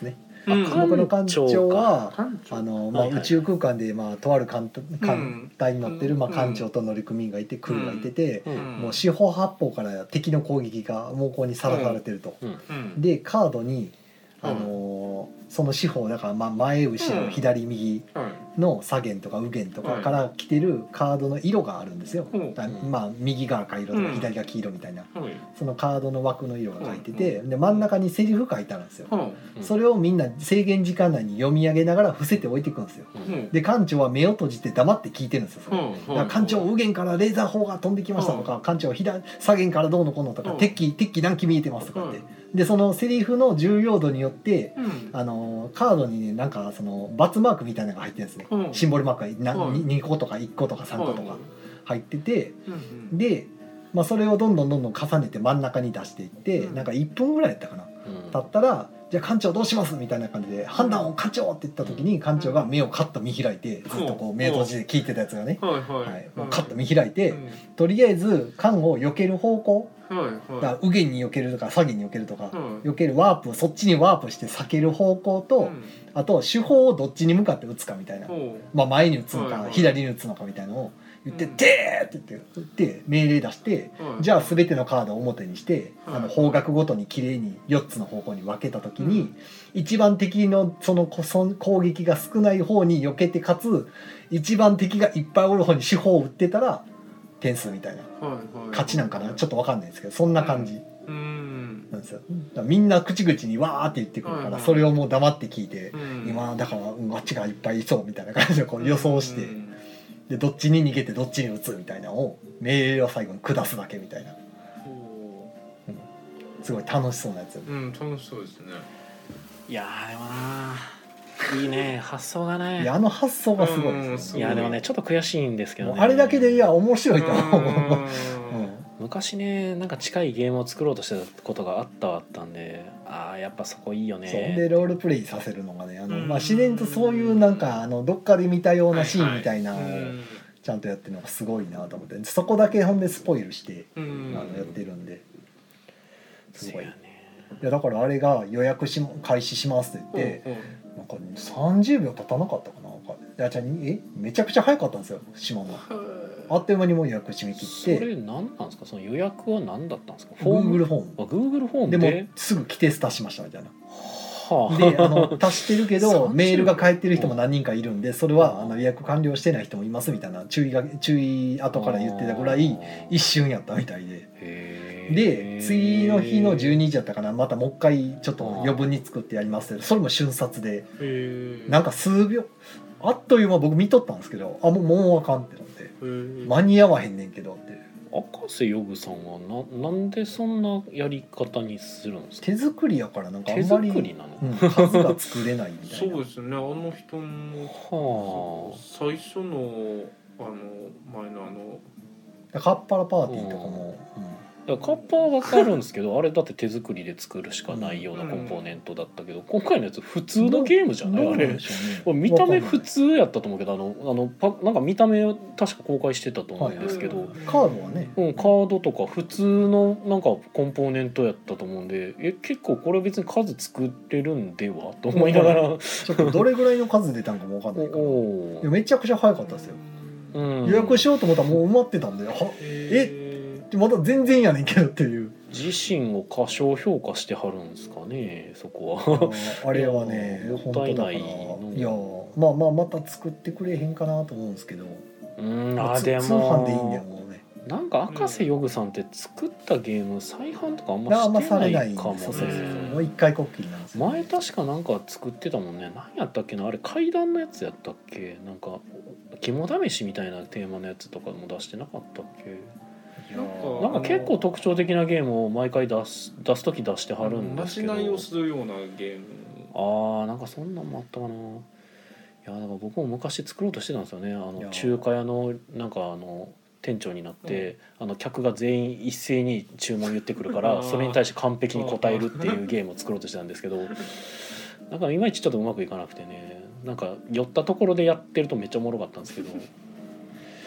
うん僕の館長は館長あの、まあはいはい宇宙空間で、まあ、とある艦艦隊に乗ってる、まあ、 うん艦長と乗組員がいてクルーがいてて、 うんもう四方八方から敵の攻撃が猛攻にさらされてると。 うんでカードに、あのーその四方だから、まあ、前後ろ、 うん左右はいの左舷とか右舷とかから来てるカードの色があるんですよ。 うんだまあ右が赤色とかうん左が黄色みたいな、 はいそのカードの枠の色が書いてて、で真ん中にセリフ書いてあるんですよ。 はうんそれをみんな制限時間内に読み上げながら伏せて置いていくんですよ。 いうんで館長は目を閉じて黙って聞いてるんですよそれ。 うんだから艦長右舷からレーザー砲が飛んできましたとか、艦長左左舷からどうのこうのとか、 うん敵機敵機何機見えてますとかって、 うんでそのセリフの重要度によってうんあのカードにねなんかそのバツマークみたいなのが入ってるんですね、 うんシンボルマークがな、 うんににこ、とかいっことかさんことか入ってて、 うんうんで、まあ、それをどんどんどんどん重ねて真ん中に出していって、 うんなんかいっぷんぐらいやったかな、 うん経ったらじゃあ艦長どうしますみたいな感じで判断を艦長って言った時に艦長が目をカッと見開いてずっとこう目閉じで聞いてたやつがね、 はいははいいもうカッと見開いて、 うんとりあえず艦を避ける方向はいだからは右舷に避けるとか左舷に避けるとか、 いはい避けるワープをそっちにワープして避ける方向と、 うんあと手法をどっちに向かって打つかみたいな、 ほまあ、前に打つのかはいはい左に打つのかみたいなのを言って「 うんでー!」って言って言って命令出してうはいじゃあ全てのカードを表にしてはいあの方角ごとにきれいによっつの方向に分けた時に一番敵のそのこそ攻撃が少ない方に避けてかつ一番敵がいっぱいおる方に手法を打ってたら点数みたいなはいはい勝ちなんかなちょっと分かんないですけどそんな感じうんなんですよ。だからみんな口々にわーって言ってくるかはいはいらそれをもう黙って聞いてうん今だからうんあっちがいっぱいいそうみたいな感じでこう予想して。 うんでどっちに逃げてどっちに打つみたいなのを命令を最後に下すだけみたいなほすごい楽しそうなやつよううん楽しそうですねいやーでもないいね発想がねいやあの発想がすごいですねうんいやでもねちょっと悔しいんですけどねもうあれだけでいや面白いと思う、 うんうん昔ねなんか近いゲームを作ろうとしてたことがあったはあったんでああやっぱそこいいよそうねでロールプレイさせるのがねあの、 うんまあ、自然とそういうなんかあのどっかで見たようなシーンみたいなのをはいはいうんちゃんとやってるのがすごいなと思ってそこだけほんでスポイルして、 うんあのやってるんですごいそうやねいやだからあれが予約し開始しますって言って、 うんうんなんかさんじゅうびょう経たなかったかななんかいやじゃあえめちゃくちゃ早かったんですよ島があっという間にもう予約締め切そってれ何なんですかその予約は何だったんですかフォーム Google フォームあ Google フォームででもすぐ規定数足しましたみたいなはあであの足してるけどさんじゅうメールが返ってる人も何人かいるんでそれはあの予約完了してない人もいますみたいな注意が注意後から言ってたぐらい一瞬やったみたいでへーで次の日のじゅうにじやったかなまたもう一回ちょっと余分に作ってやりますけどそれも瞬殺でへーなんか数秒あっという間僕見とったんですけどあもうもうあかんってなってへー間に合わへんねんけどって赤瀬ヨグさんはななんでそんなやり方にするんですか手作りやからなんかあ手んまり作りなの、 うん、数が作れないみたいなそうですねあの人もはあ最初のあの前のあのカッパラパーティーとかも、 いやカッパは分かるんですけどあれだって手作りで作るしかないようなコンポーネントだったけど、今回のやつ普通のゲームじゃうん、 ないあれどうなんでしょうねこれ見た目わかんない普通やったと思うけどあのあのパなんか見た目を確か公開してたと思うんですけど、 はいカードはねうん、カードとか普通のなんかコンポーネントやったと思うんでえ結構これ別に数作れるんではと思いながら、おちょっとどれぐらいの数出たんかもわかんないからいおやめちゃくちゃ早かったですよ、 うん、 予約しようと思ったらもう埋まってたんではえまだ全然やねんけどっていう自身を過小評価してはるんですかねそこは。 あれはねいや本当だからもったいないいやまあまあまた作ってくれへんかなと思うんですけどうんまあでつ通販でいいんだよももうねなんか赤瀬ヨグさんって作ったゲーム再販とかあんあんまましてなされないいかもそうそうそうねもう一回こっきりなんですよ、 前確かなんか作ってたもんね何やったっけなあれ階段のやつやったっけなんか肝試しみたいなテーマのやつとかも出してなかったっけいやーなんか結構特徴的なゲームを毎回出す出す時出してはるんでなしすけどないをするようなゲームあーなんかそんなんもあったかないやだから僕も昔作ろうとしてたんですよねあいのや中華屋のなんかあの店長になって、あの客が全員一斉に注文言ってくるからあーそれに対して完璧に答えるっていうゲームを作ろうとしてたんですけどなんかいまいちちょっとうまくいかなくてねなんか寄ったところでやってるとめっちゃおもろかったんですけどい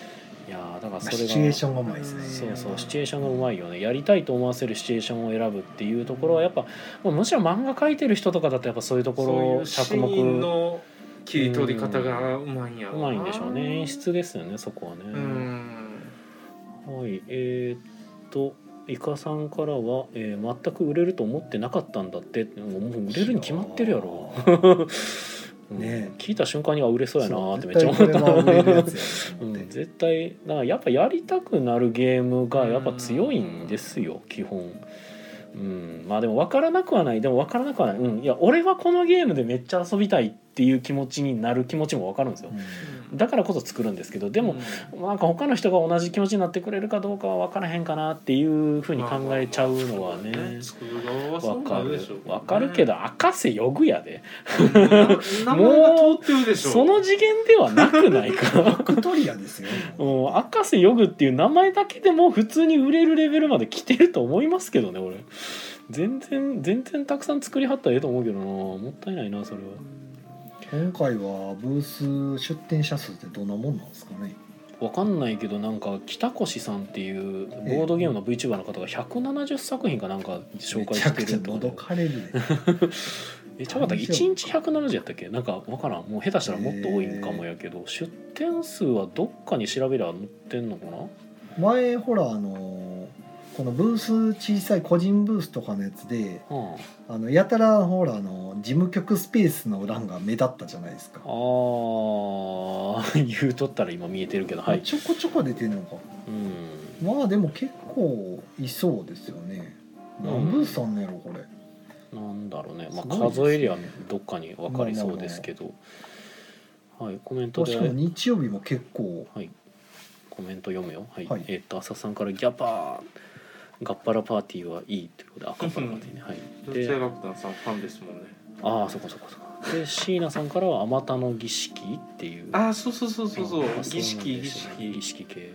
いやだからそれがシチュエーションがうまいですね。 そうそうシチュエーションがうまいよね。やりたいと思わせるシチュエーションを選ぶっていうところはやっぱもうむしろ漫画描いてる人とかだとやっぱそういうところをそう着いうシーン目の切り取り方がうまいんやろな。 うまいんでしょうね。演出ですよねそこはね。 うんはいえー、っとイカさんからは、えー全く売れると思ってなかったんだってもう売れるに決まってるやろうんね聞いた瞬間には売れそうやなーってめっちゃ絶思った対これは売れるやつやとう思ってん、絶対だからやっぱやりたくなるゲームがやっぱ強いんですよ基本。うん、まあでも分からなくはないでも分からなくはない、うん、いや俺はこのゲームでめっちゃ遊びたいっていう気持ちになる気持ちも分かるんですよ。だからこそ作るんですけどでも、なんか他の人が同じ気持ちになってくれるかどうかは分からへんかなっていうふうに考えちゃうのはね作る側はそう分かるなるでしょうね。 分かるけど赤瀬ヨグやで名前が通ってるでしょ。 その次元ではなくないかビクトリアですよ。 うん赤瀬ヨグっていう名前だけでも普通に売れるレベルまで来てると思いますけどね俺全然全然たくさん作りはったらええと思うけどなもったいないなそれは。 今回はブース出展者数ってどんなもんなんですかね。 わかんないけどなんか北越さんっていうボードゲームの VTuber の方がひゃくななじゅっさく品かなんか紹介してるとめちゃくちゃ喉かれるで。 えちゃうかったいちにちひゃくななじゅうやったっけなんかわからんもう下手したらもっと多いんかもやけど出展数はどっかに調べりゃ載ってんのかな。 前ほらあのこのブース小さい個人ブースとかのやつではあのやたらほらあの事務局スペースの欄が目立ったじゃないですか。 あ、あー言うとったら今見えてるけどはいちょこちょこ出てんのか。 うんまあでも結構いそうですよね。何ブースあんのやろこれ。 なんだろうね、まあ、 すごいですね数えりゃどっかに分かりそうですけど、はいコメントでしかも日曜日も結構コメント読むよはい、 はいえっ、と浅さんからギャパーガッパラパーティーはいいということであガッパラパーティーねはい女で性楽団さんファンですもんね。 ああそこそこそこで椎名さんからはあまたの儀式っていうああそうそうそうそうそうあ儀式儀そうなんですね式儀式系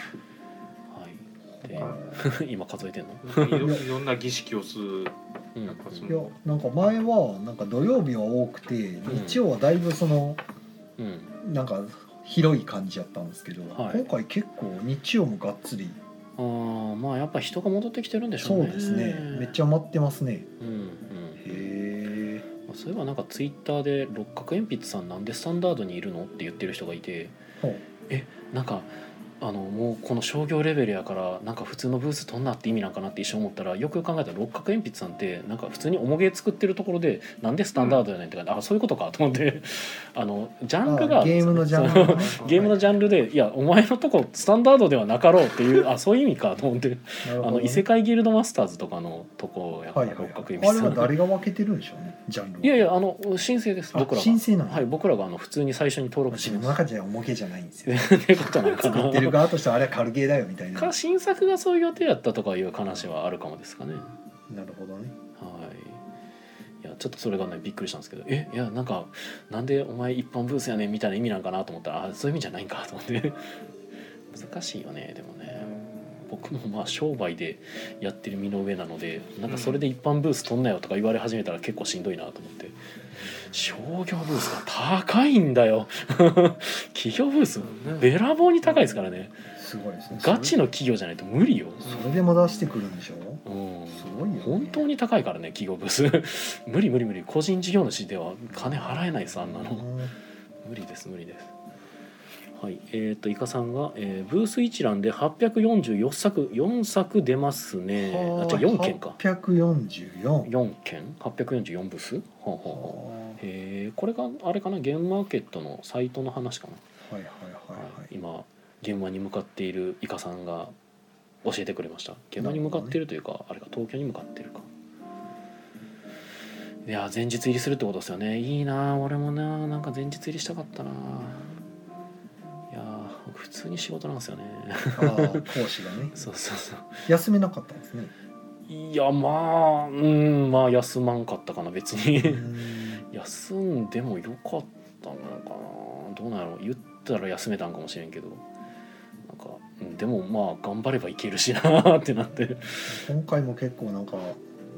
はいであ今数えてんのいろいろんな儀式をする。 うんなんかそいやのなんか前はなんか土曜日は多くて日曜はだいぶそのうんなんか広い感じやったんですけど、 はい今回結構日曜もがっつりああまあやっぱ人が戻ってきてるんでしょそううねですねめっちゃ待ってますね。 うんうんへえ。 そういえばなんかツイッターで六角鉛筆さんなんでスタンダードにいるのって言ってる人がいてほうえなんかあのもうこの商業レベルやからなんか普通のブース取んなって意味なんかなって一瞬思ったらよくよく考えたら六角鉛筆さんってなんか普通におもげ作ってるところでなんでスタンダードやねんってか、うん、あそういうことかと思ってあのジャンルがあゲームのジャンルがねゲームのジャンルでいやお前のとこスタンダードではなかろうっていうあそういう意味かと思ってなるほどねあの異世界ギルドマスターズとかのとこやからはいはいはい六角鉛筆さんあれは誰が分けてるんでしょうねジャンルは。 いやいやあの申請ですあ僕らが申請なのはい僕らがあの普通に最初に登録します自分の中じゃおもげじゃないんですよ。 ってことなんか作ってるな側としてはあれは軽ゲーだよみたいな。 か新作がそういう予定やったとかいう話はあるかもですかね。 なるほどね。 はいいやちょっとそれがねびっくりしたんですけどえいやなんかなんでお前一般ブースやねんみたいな意味なんかなと思ったらあそういう意味じゃないんかと思って難しいよねでもね僕もまあ商売でやってる身の上なのでなんかそれで一般ブース取んなよとか言われ始めたら結構しんどいなと思って商業ブースが高いんだよ企業ブースべらぼうに高いですからねすごいですね。 ガチの企業じゃないと無理よ、 それでも出してくるんでしょ。 うん、 すごいよね本当に高いからね企業ブース無理無理無理個人事業主では金払えないですあんなのうん無理です無理ですはいえー、とイカさんが、えーブース一覧ではっぴゃくよんじゅうよんさくよんさく出ますねあじゃあよんけんかはっぴゃくよんじゅうよん。 よんけんはっぴゃくよんじゅうよんブースはあはあはあへえこれがあれかなゲームマーケットのサイトの話かな、 はいはいはいはい。 今現場に向かっているイカさんが教えてくれました現場に向かっているというか、あれが東京に向かっているかいや前日入りするってことですよねいいな俺もななんか前日入りしたかったないや僕普通に仕事なんですよねああ講師がねそうそうそう休めなかったんですね。 いやまあうんまあ休まんかったかな別にうん休んでもよかったのかなどうなんやろ言ったら休めたんかもしれんけどなんかうんでもまあ頑張ればいけるしなってなって今回も結構なんか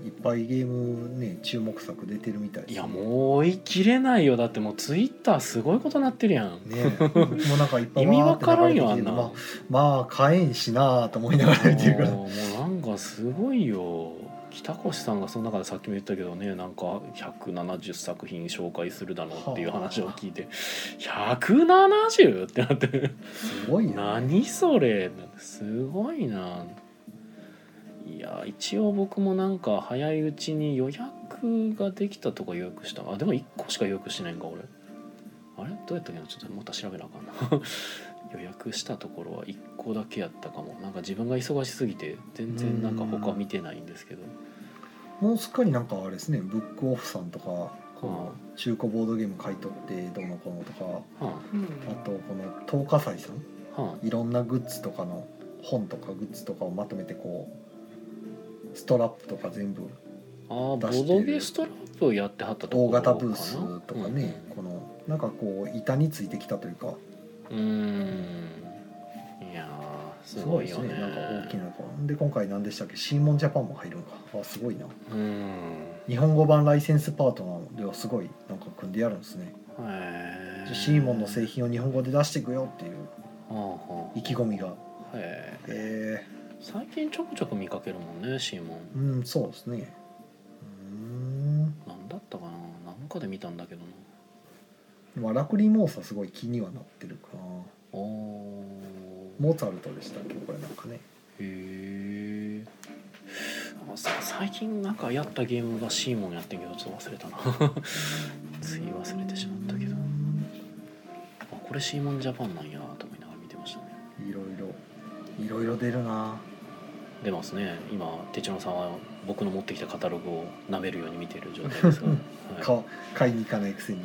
いっぱいゲームね注目作出てるみたいです、ね、 いやもう追い切れないよ。だってもうツイッターすごいことなってるやんねもうなんかいっぱい意味わからんよわーって流れてきてあんな。 まあ、まあ買えんしなと思いながら見てるからもうもうなんかすごいよ。北越さんがその中でさっきも言ったけどね、なんかひゃくななじゅっさく品紹介するだろうっていう話を聞いて、ひゃくななじゅうってなってすごいよ、ね、 何それすごいな。いや一応僕もなんか早いうちに予約ができたとこ予約した。あでもいっこしか予約してないんか俺。あれどうやったっけな、ちょっとまた調べなあかんな予約したところはいっこだけやったかも。なんか自分が忙しすぎて全然なんか他見てないんですけど、 もうすっかりなんかあれですね、ブックオフさんとかこの中古ボードゲーム買い取ってどうのこうのとか、 はうんあとこの東華祭さんあはあ、 いろんなグッズとかの本とかグッズとかをまとめてこうストラップとか全部あーボ出してるドゲストラップをやってはったところ大型ブースとかね、 うんこのなんかこう板についてきたというかうーんいやーすごいよね。 すごいですね、なんか大きなので今回何でしたっけ、シーモンジャパンも入るのか、あすごいな。 うん日本語版ライセンスパートナーではすごいなんか組んでやるんですね。 へーシーモンの製品を日本語で出していくよっていうはあはあ意気込みが。 へーえ最近ちょくちょく見かけるもんねシーモン。 ー、うんそうですね。うーん、 なんだったかな、なんかで見たんだけどな。 まあラクリモーサすごい気にはなってるかな。 おーモーツァルトでしたっけこれなんかね。 へえ。最近なんかやったゲームがシーモンやってんけどちょっと忘れたなつい忘れてしまったけど、あこれシーモンジャパンなんやと思いながら見てましたね。 いろいろいろいろ出るな。 出ますね。今手帳さんは僕の持ってきたカタログを舐めるように見ている状態ですが、はいか買いに行かないくせに。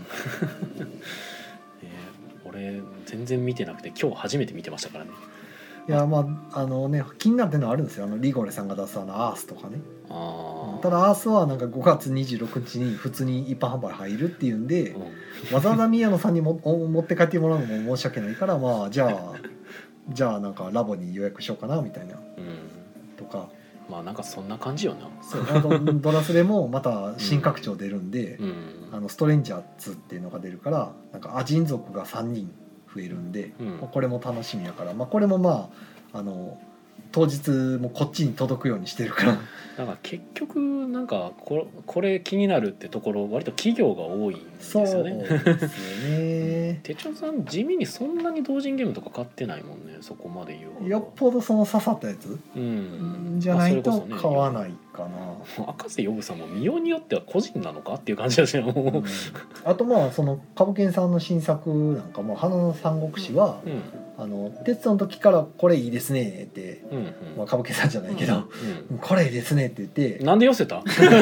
えー俺全然見てなくて今日初めて見てましたからね。 いやまああのね気になってるのはあるんですよ。あのリゴレさんが出すあのアースとかね。 あただアースはなんかごがつにじゅうろくにちに普通に一般販売入るっていうんで、 あ、 わざわざ宮野さんにもお持って帰ってもらうのも申し訳ないからまあじゃあじゃあなんかラボに予約しようかなみたいなうん、 とか。 まあなんかそんな感じよな。 そうあとドラスレもまた新拡張出るんで、 うんあのストレンジャーズっていうのが出るからなんかアジン族がさんにん増えるんで、 うんまあこれも楽しみやから、まあ、これもまああの当日もこっちに届くようにしてるからだから結局なんかここれ気になるってところ割と企業が多いんですそうよね。 ですよね手帳さん地味にそんなに同人ゲームとか買ってないもんね、そこまで言うほど。 よっぽどその刺さったやつうんじゃないとまあそれこそね買わないかな。 赤瀬ヨブさんも見ようによっては個人なのかっていう感じだしね。もううんあとまあその株券さんの新作なんかも花の三国志は、 うんあの鉄の時からこれいいですねって、 うんまあ、株券さんじゃないけど、 うんこれいいですねって言っうてん、なんで寄せたあ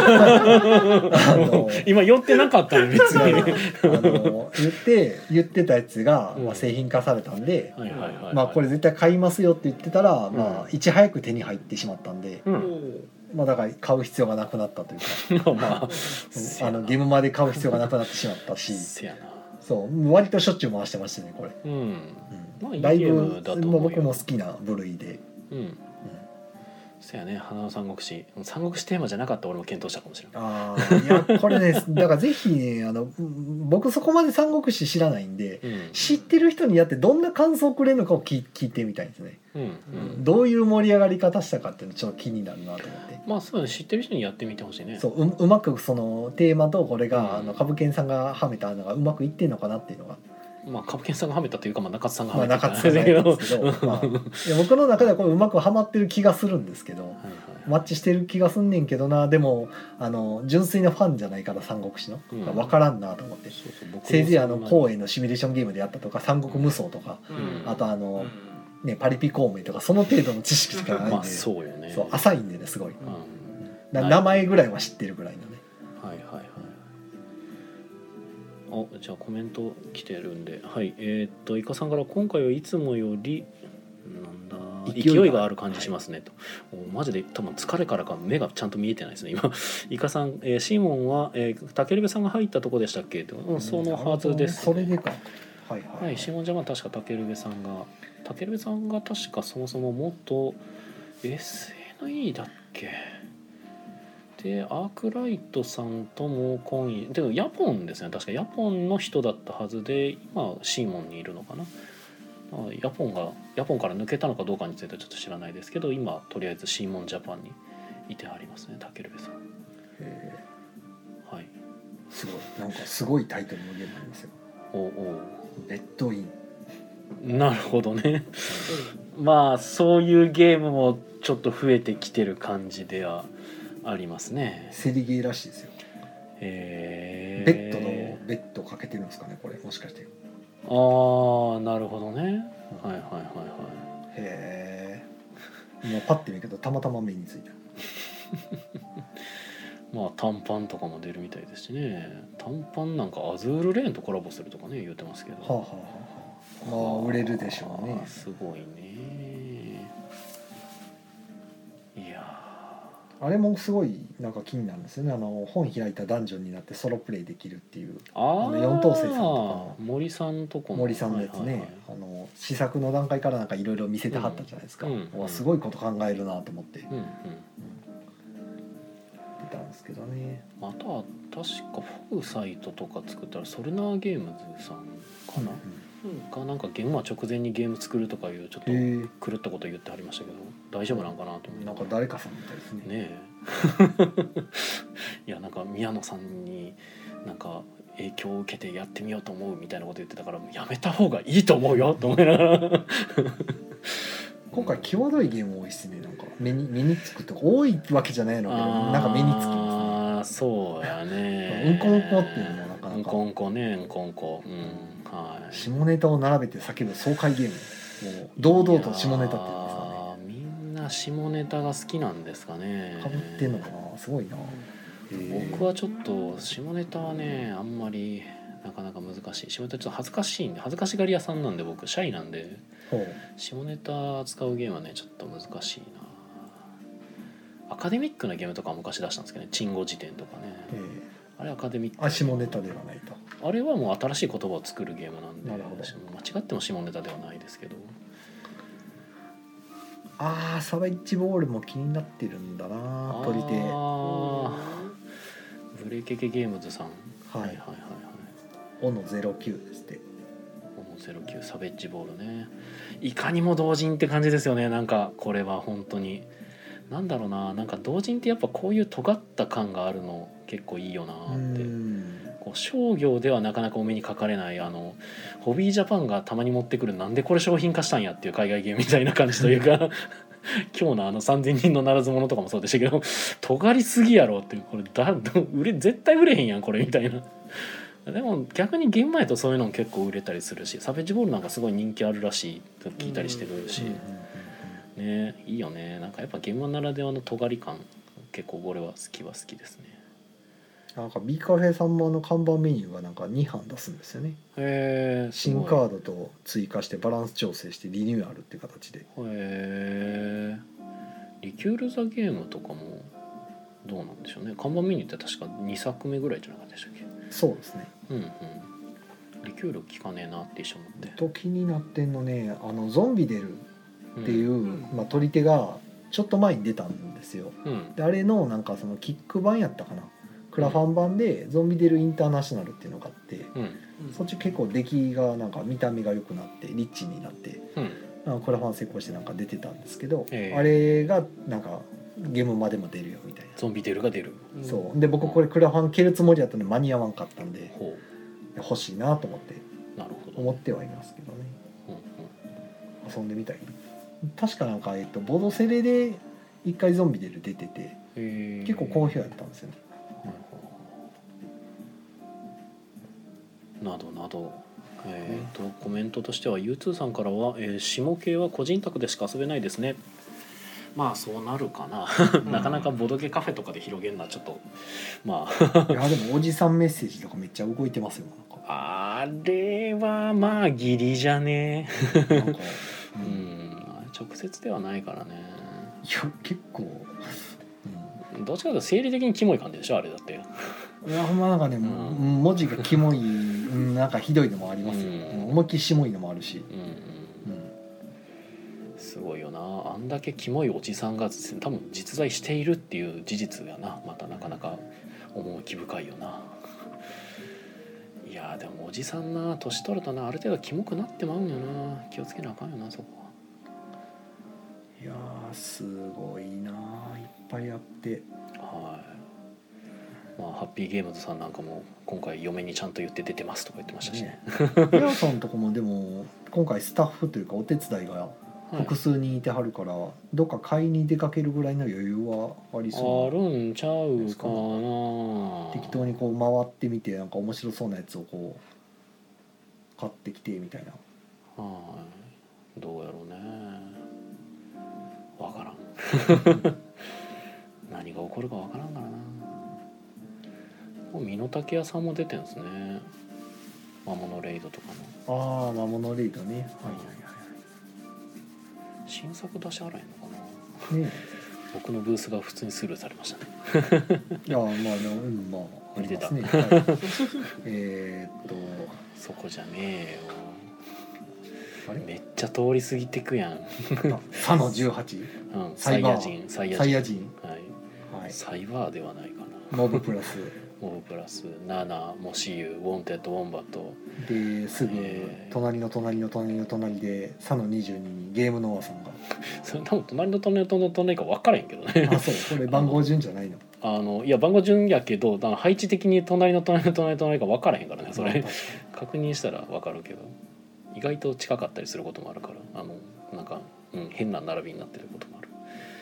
の今寄ってなかったの別に。 あの言って言ってたやつが、 うんまあ、製品化されたんで、 はいはいはいはい、 まあこれ絶対買いますよって言ってたら、 うんまあいち早く手に入ってしまったんで、 うんまあだから買う必要がなくなったというかまああのゲームまで買う必要がなくなってしまったし、 せやな。 そう割としょっちゅう回してましたねこれ、 うんまあいいうん、だいゲームぶだと思うよまあ僕も好きな部類で、 うんそやね、花の三国志三国志テーマじゃなかったら俺も検討したかもしれない。 ああいやこれねだからぜひねあのうん僕そこまで三国志知らないんで、 うん知ってる人にやってどんな感想をくれるのかを聞聞いてみたいですね、 うんうん、 どういう盛り上がり方したかっていうのちょっと気になるなと思って。 まあそうね、知ってる人にやってみてほしいね。 そう う, うまくそのテーマとこれが、 うんあの株券さんがはめたのがうまくいってんのかなっていうのが、 まあ株券さんがはめたというか、まあ、中津さんがまあ、 はめた中津さんがやったんですけど、まあ、いや僕の中ではこれうまくはまってる気がするんですけどはいはいマッチしてる気がすんねんけどな。でもあの純粋なファンじゃないから三国志の、 うん分からんなと思って、 そうそう僕もせいぜいあのそんな光栄のシミュレーションゲームでやったとか三国無双とか、 うんあとあの、ね、パリピ孔明とかその程度の知識しかないんで、 まあそうよね。 そう浅いんでねすごい、 うんなはい名前ぐらいは知ってるぐらいのね。 はいはいはい。おじゃあコメント来てるんで、はいえーっとイカさんから今回はいつもよりなんだ勢いが勢いがある感じしますねと、おマジで多分疲れからか目がちゃんと見えてないですね今。イカさん、えーシーモンは、えー、タケルベさんが入ったとこでしたっけって、うん、そのはずです、 それでかはいはい、 はい、シモンジャマン確かタケルベさんがタケルベさんが確かそもそも元 エスエヌイー だっけってでアークライトさんとも今夜でもヤポンですね、確かヤポンの人だったはずで今シーモンにいるのかな。ヤポンがヤポンから抜けたのかどうかについてはちょっと知らないですけど、今とりあえずシーモンジャパンにいてはりますね、タケルベさん。 へはい、 すごいなんかすごいタイトルのゲームなんですよ。 おおレッドイン。 なるほどねまあそういうゲームもちょっと増えてきてる感じではありますね。 セリゲーらしいですよ。 へベッドのベッドかけてるんですかねこれ、もしかして。 ああなるほどね、はいはいはいはへえ。今パッて見るけどたまたま目についた。 まあ短パンとかも出るみたいですしね。短パンなんかアズールレーンとコラボするとかね言ってますけど、 はあはあはあはあ、まあ売れるでしょうね。 すごいね。いやあれもすごいなんか気になるんですよね。あの本開いたダンジョンになってソロプレイできるっていう、 ああの四等星さんとかの森さんとこの森さんのやつね、 はいはいはい、 あの試作の段階からなんかいろいろ見せてはったじゃないですか、 うんうんわすごいこと考えるなと思ってうんうん、 出たんですけどね。 あとは確かフォグサイトとか作ったらソルナーゲームズさんかな、がなんかゲームは直前にゲーム作るとかいうちょっとへえ。 狂ったこと言ってはりましたけど大丈夫なんかなと思って、 なんか誰かさんみたいですね。 ねえいやなんか宮野さんになんか影響を受けてやってみようと思うみたいなこと言ってたからやめた方がいいと思うよと思いながら今回際どいゲーム多いですね。なんか目に目につくとか多いわけじゃないのけどなんか目につきますね。 ああそうやね。 うんこんこっていうのもなかなかうんこんこねうんこんこ、うんはい。 下ネタを並べて叫ぶ爽快ゲーム。もう堂々と下ネタっていうんですかね。 みんな下ネタが好きなんですかね。 かぶってんのかな、すごいな。 僕はちょっと下ネタはねあんまりなかなか難しい。下ネタちょっと恥ずかしいんで恥ずかしがり屋さんなんで僕シャイなんでほう。 下ネタ使うゲームはねちょっと難しいな。アカデミックなゲームとかは昔出したんですけどね、鎮護辞典とかね、 えあれアカデミックー、あ下ネタではないと。 あれはもう新しい言葉を作るゲームなんでなるほど間違っても下ネタではないですけど。 あーサバイッチボールも気になってるんだな。取り手。 あーブレケケゲームズさん、 はいはいはいはいはい。 オノゼロキューですって。 オノゼロキューサベッジボールね。いかにも同人って感じですよね。なんかこれは本当になんだろうな、なんか同人ってやっぱこういう尖った感があるの結構いいよなうって。 ん。 こう商業ではなかなかお目にかかれないあのホビージャパンがたまに持ってくるなんでこれ商品化したんやっていう海外ゲームみたいな感じというか今日のあのさんぜんにんのならず者とかもそうでしたけど尖りすぎやろってこれだ売れ絶対売れへんやんこれみたいな。でも逆にゲーム前とそういうのも結構売れたりするし、サベッジボールなんかすごい人気あるらしいと聞いたりしてるし、ねいいよね。なんかやっぱゲームならではの尖り感結構俺は好きは好きですね。 なんか B カフェさんもあの看板メニューがなんかにばん出すんですよね。 へえ。 新カードと追加してバランス調整してリニューアルっていう形で。 へえ。リキュール・ザ・ゲームとかもどうなんでしょうね。看板メニューって確かにさくめぐらいじゃなかったでしたっけ。 そうですね。 うんうん。リキュール効かねえなって一緒思って。 と気になってんのね、あのゾンビ出るっていう、 うんまあ、取り手がちょっと前に出たんですよ。 うんであれのなんかそのキック版やったかな、クラファン版でゾンビ出るインターナショナルっていうのがあって、 うんそっち結構出来がなんか見た目が良くなってリッチになってうんなんかクラファン成功してなんか出てたんですけど、 ええあれがなんかゲームまでも出るよみたいな、 ゾンビ出るが出る。 そうで僕これクラファン蹴るつもりだったのに間に合わんかったんでほ欲しいなと思ってう。なるほど。 思ってはいますけどね。 うんうん遊んでみたい。確かなんか、えっと、ボドセレで一回ゾンビ出る出ててへえ。 結構好評やったんですよね。 なるほどなどなど、えー、とコメントとしては ユーツー さんからは、えー、下系は個人宅でしか遊べないですね。まあそうなるかななかなかボドゲカフェとかで広げるのはちょっとまあいやでもおじさんメッセージとかめっちゃ動いてますよなんかあれはまあギリじゃねなんか、 ううん、 ん直接ではないからね。 いや結構、 どっちかというと生理的にキモい感じでしょあれだって。 うん、いやほんまなんかね、 うんも文字がキモい、うんなんかひどいのもありますよ、 うん思いっきりしもいのもあるし、 うんうんうんすごいよな。ああんだけキモいおじさんが多分実在しているっていう事実がな、またなかなか趣深いよな。いやでもおじさんな、年取るとな、ある程度キモくなってまうんよな。気をつけなあかんよな、そこは。 いやーすごいな、いっぱいあって。 はい。まあハッピーゲームズさんなんかも今回嫁にちゃんと言って出てますとか言ってましたしね。 ペアさんとかもでも今回スタッフというかお手伝いが複数人いてはるから、はい、どっか買いに出かけるぐらいの余裕はありそうあるんちゃうかな。 適当にこう回ってみてなんか面白そうなやつをこう買ってきてみたいな。 はい、どうやろうね。わからん。何が起こるかわからんからな。もう身の丈屋さんも出てるんですね。魔物レイドとかの。ああ魔物レイドね。はいはいはい。 新作出し洗いのかな。ね、僕のブースが普通にスルーされましたね。 いやまあうんまあありますね。はい、えーっとそこじゃねえよ。あれめっちゃ通り過ぎてくやん。 サのじゅうはち、 うん、サイヤ人サイヤ人、 サイヤ人、 はいはい、サイバーではないかな。 モブプラスモブプラスナナモシユウォンテッドウォンバットですぐ隣の隣の隣の隣でサのにじゅうににゲームノアさんがそれ多分隣の隣の隣の隣か分からへんけどね。 あそうこれ番号順じゃないの。 あのいや番号順やけど配置的に隣の隣の隣の隣か分からへんからね。それ確認したら分かるけど意外と近かったりすることもあるからあのなんか、うん、変な並びになってることもある。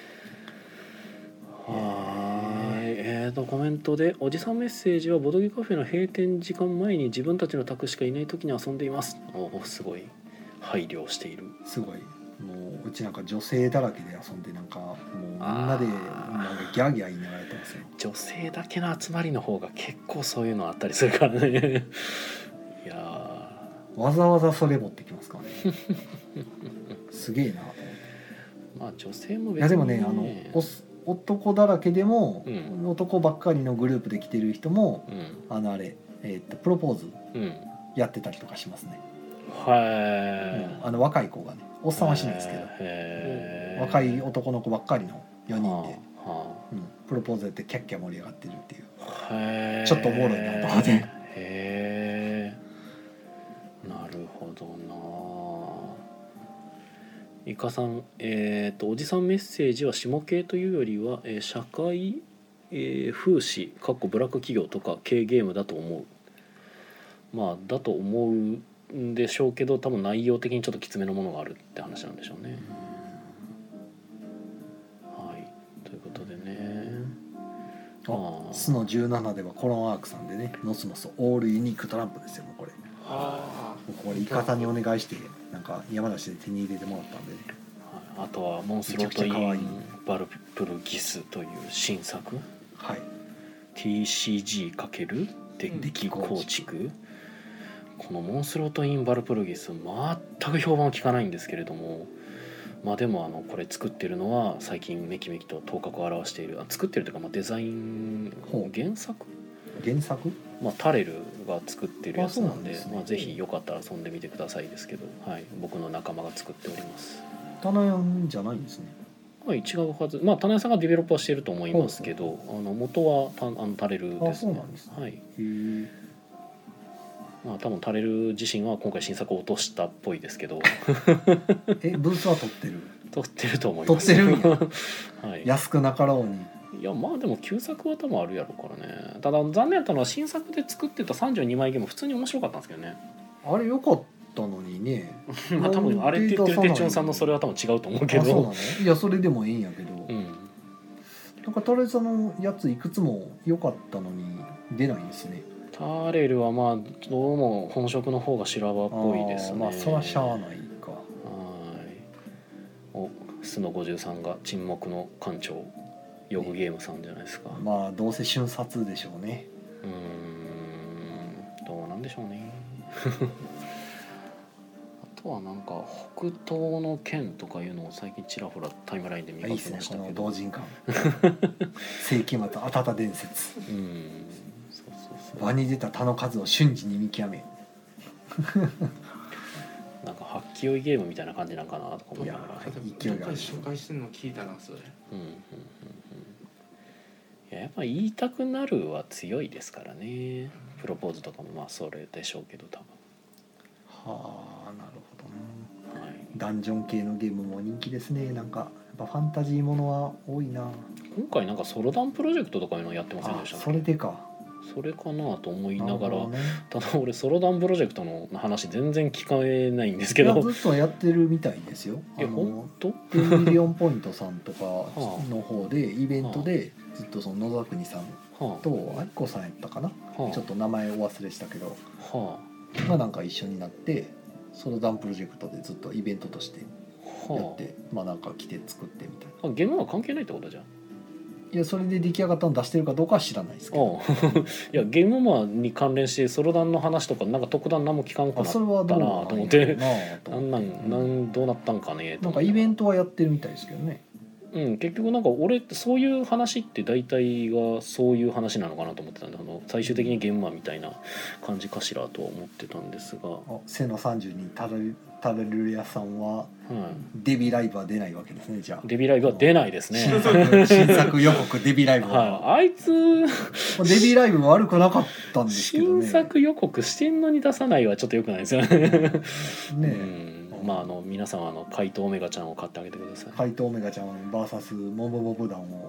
はい、えーとコメントでおじさんメッセージはボドゲカフェの閉店時間前に自分たちの宅しかいない時に遊んでいます。おすごい配慮している。 すごいもううちなんか女性だらけで遊んでなんかもうみんなでなんかギャーギャー言いながらやってますよ。 女性だけの集まりの方が結構そういうのあったりするからね。いやわざわざそれ持ってきますからね。すげえなと思って。 まあ女性も別に、ね、 いやでもねあのお男だらけでも、うん、男ばっかりのグループで来てる人も、うん、あのあれ、えー、っとプロポーズやってたりとかしますね。はい、うん、あの若い子がねおっさんはしないですけど、うん、若い男の子ばっかりのよにんで、はあはあうん、プロポーズやってキャッキャ盛り上がってるっていう、はちょっとおもろいなと思って。へえなるほどな。イカさん、えーと、おじさんメッセージは下系というよりは、えー、社会、えー、風刺かっこブラック企業とか系ゲームだと思う。まあだと思うんでしょうけど多分内容的にちょっときつめのものがあるって話なんでしょうね。はいということでね。 ああスのじゅうななではコロンアークさんでねノスモスオールユニークトランプですよもうこれ。あこれイカさんにお願いしてなんか山梨で手に入れてもらったんでね。 あとはモンスロート・イン・バルプルギスという新作、はい、ティーシージー× デッキ構築。このモンスロート・イン・バルプルギス全く評判は聞かないんですけれども、まあでもあのこれ作ってるのは最近めきめきと頭角を現しているあ作ってるというかまあデザイン原作原作まあ、タレルが作ってるやつなんで、あ、ねまあ、ぜひよかったら遊んでみてくださいですけど、はい、僕の仲間が作っております。 タナヤンじゃないんですね。 はい、違うはず。まあタナヤさんがディベロッパーしていると思いますけど、あの元はタあのタレルですね。 あ、そうなんですね。 はい。へまあ多分タレル自身は今回新作を落としたっぽいですけど。 え、ブースは取ってる。 取ってると思います。 取ってるんや。 はい。 安くなかろうに。 いやまあでも旧作は多分あるやろからね。ただ残念だったのは新作で作ってたさんじゅうにまいゲーム普通に面白かったんですけどね。 あれ良かったのにね。 まあ多分あれって言ってるテチョンさんのそれは多分違うと思うけど。あ、そうなの？ いやそれでもいいんやけど。うん。なんかタレルさんのやついくつも良かったのに出ないんですね。 タレルはまあどうも本職の方が修羅場っぽいですね。 まあそらしゃあないか。はい。 おスノごじゅうさんが沈黙の艦長。ヨグゲームさんじゃないですか。 まあどうせ瞬殺でしょうね。 うーんどうなんでしょうね。あとはなんか北東の剣とかいうのを最近ちらほらタイムラインで見かけましたけど。いいですね、この同人感。世紀末あたた伝説。うん。そうそうそう。場に出た他の数を瞬時に見極め。 なんか発揮追いゲームみたいな感じなんかなとか思いながら、 あでもどっかで紹介してるの聞いたなそれ。 うんうんうんうん、いややっぱ言いたくなるは強いですからね。プロポーズとかもまあそれでしょうけど多分。 はあなるほどね。 はい、 ダンジョン系のゲームも人気ですね。なんかやっぱファンタジーものは多いな。 今回なんかソロダンプロジェクトとかいうのやってませんあでしたっけ？ それでか。 それかなと思いながら、 なるほどね、 ただ俺ソロダンプロジェクトの話全然聞かえないんですけいやど、 ずっとやってるみたいですよ。 いやあの本当？ テンミリオンポイントさんとかはあの方でイベントでずっとその野沢国さんはと愛子さんやったかな、 あはあちょっと名前お忘れしたけど、 はまあなんか一緒になってソロダンプロジェクトでずっとイベントとしてあはやって、まあなんか来て作ってみたいな。 あ、あゲームは関係ないってことじゃん。 いやそれで出来上がったの出してるかどうかは知らないですけど、 ああいやゲームマンに関連してソロダンの話とかなんか特段何も聞かんくなあったなそれはどうと思ってなあとなんなんなんどうなったんかねと思ってなんかイベントはやってるみたいですけどね。 うん結局なんか俺ってそういう話って大体がそういう話なのかなと思ってたんで、あの最終的にゲームマンみたいな感じかしらとは思ってたんですが、はあ背のさんじゅうにタルタルルヤさんはい、 デビライブは出ないわけですね。じゃあデビライブは出ないですね。 新作新作予告デビライブは、 はい、あいつデビライブ悪くなかったんですけどね。 新作予告してんのに出さないはちょっと良くないですよね。 ねうん、まああの皆さんはあの怪盗オメガちゃんを買ってあげてください。 怪盗オメガちゃん ブイエス モブモブ団を。 はい、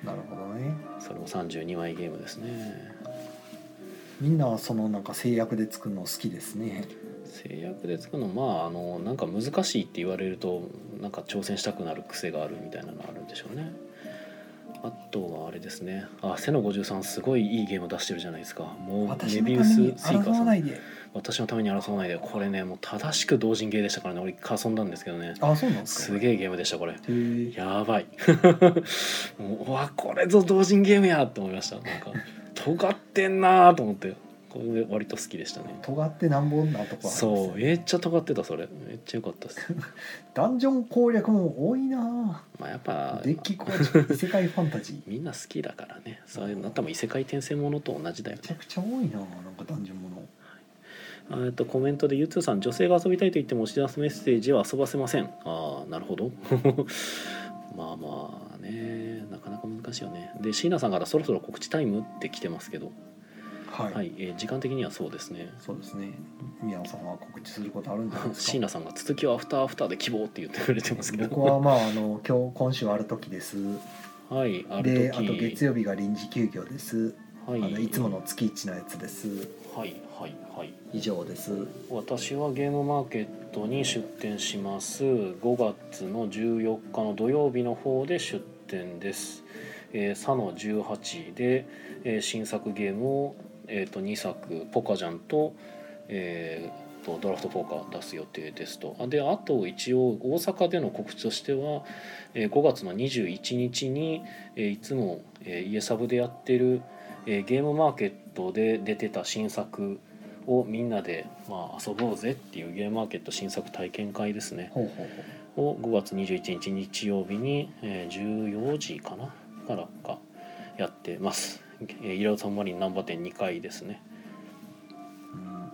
なるほどね。 それもさんじゅうにまいゲームですね。 みんなはそのなんか制約で作るの好きですね。 制約で作るのまああのなんか難しいって言われるとなんか挑戦したくなる癖があるみたいなのあるんでしょうね。あとはあれですね、あ背のごじゅうさんすごいいいゲーム出してるじゃないですか。もう私メビウスのためにスイカ争わさん、 ないで。 私のために争わないで、これねもう正しく同人ゲーでしたからね。俺一回遊んだんですけどね、 あ、そうなんですか。 すげえゲームでしたこれ。 へえ。 やばいもううわこれぞ同人ゲームやって思いました。なんか尖ってんなと思って、これ割と好きでしたね。 尖ってなんぼなとこありますよね。 そうめっちゃ尖ってた。それめっちゃ良かったですダンジョン攻略も多いな。 まあやっぱデッキ構築異世界ファンタジー。めみんな好きだからね。そういうの多分異世界転生ものと同じだよね。 ちゃくちゃ多いな。なんかダンジョンもの。 えっとコメントでゆつーさん、女性が遊びたいと言っても押し出すメッセージは遊ばせません。ああなるほどまあまあね、なかなか難しいよね。で椎名さんからそろそろ告知タイムって来てますけど、 はい。 はい、えー時間的にはそうですね。 そうですね。宮野さんは告知することあるんじゃないですか。 椎名さんが続きはアフターアフターで希望って言ってくれてますけど、 僕はまああの今日今週ある時です。 はいあるで、 時あと月曜日が臨時休業です。 はいあのいつもの月一のやつです。 はいはいはい以上です。 私はゲームマーケットに出店します。ごがつのじゅうよっかの土曜日の方で出店です。えー、サのじゅうはちで、えー新作ゲームを、えー、とにさくポカジャンと、えー、とドラフトポーカー出す予定ですと。あであと一応大阪での告知としては、えーごがつのにじゅういちにちに、えーいつも、えー家サブでやってる、えーゲームマーケットで出てた新作をみんなで、まあ、遊ぼうぜっていうゲームマーケット新作体験会ですねほうほうほう。 をごがつにじゅういちにち日曜日に、えーじゅうよじかなからかやってます。えーイラウサンマリン難波店にかいですね。 うんはい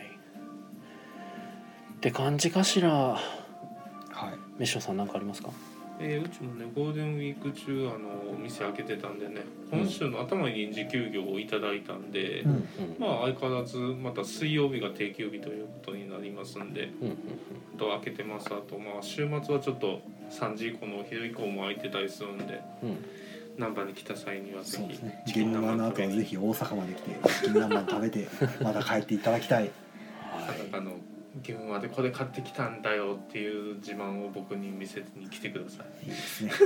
って感じかしら。 はい。 メッションさん何かありますか？ えーうちもねゴールデンウィーク中あのお店開けてたんでね、今週の頭に臨時休業をいただいたんで、 うん。 うんまあ相変わらずまた水曜日が定休日ということになりますんで、 うんうんあと開けてます。あとまあ週末はちょっとさんじ以降のお昼以降も空いてたりするんで、 うんうん難波に来た際にはぜひそうですね。 チキンゲームマの南蛮食べに後はぜひ大阪まで来てチキン南蛮食べてまた帰っていただきたい。 はいあのゲームまでこれ買ってきたんだよっていう自慢を僕に見せに来てください。 いいですね。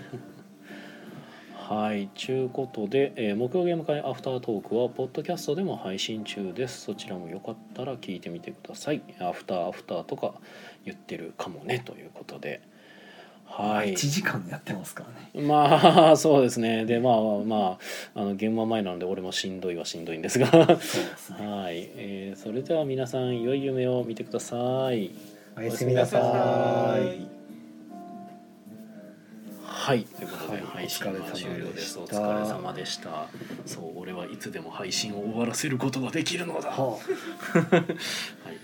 はい。 はい、ちゅうことで、えー木曜ゲーム会アフタートークはポッドキャストでも配信中です。そちらもよかったら聞いてみてください。アフターアフターとか言ってるかもねということで、はいいちじかんやってますからね。 まあそうですね。でまあまああの現場前なので俺もしんどいはしんどいんですがそうですね。 はい、えーそれでは皆さん良い夢を見てください。 おやすみなさい。 はい、ということで、 はい配信は終了です。おお疲れ様でした疲れ様でした。そう、俺はいつでも配信を終わらせることができるのだ。は、 はいリ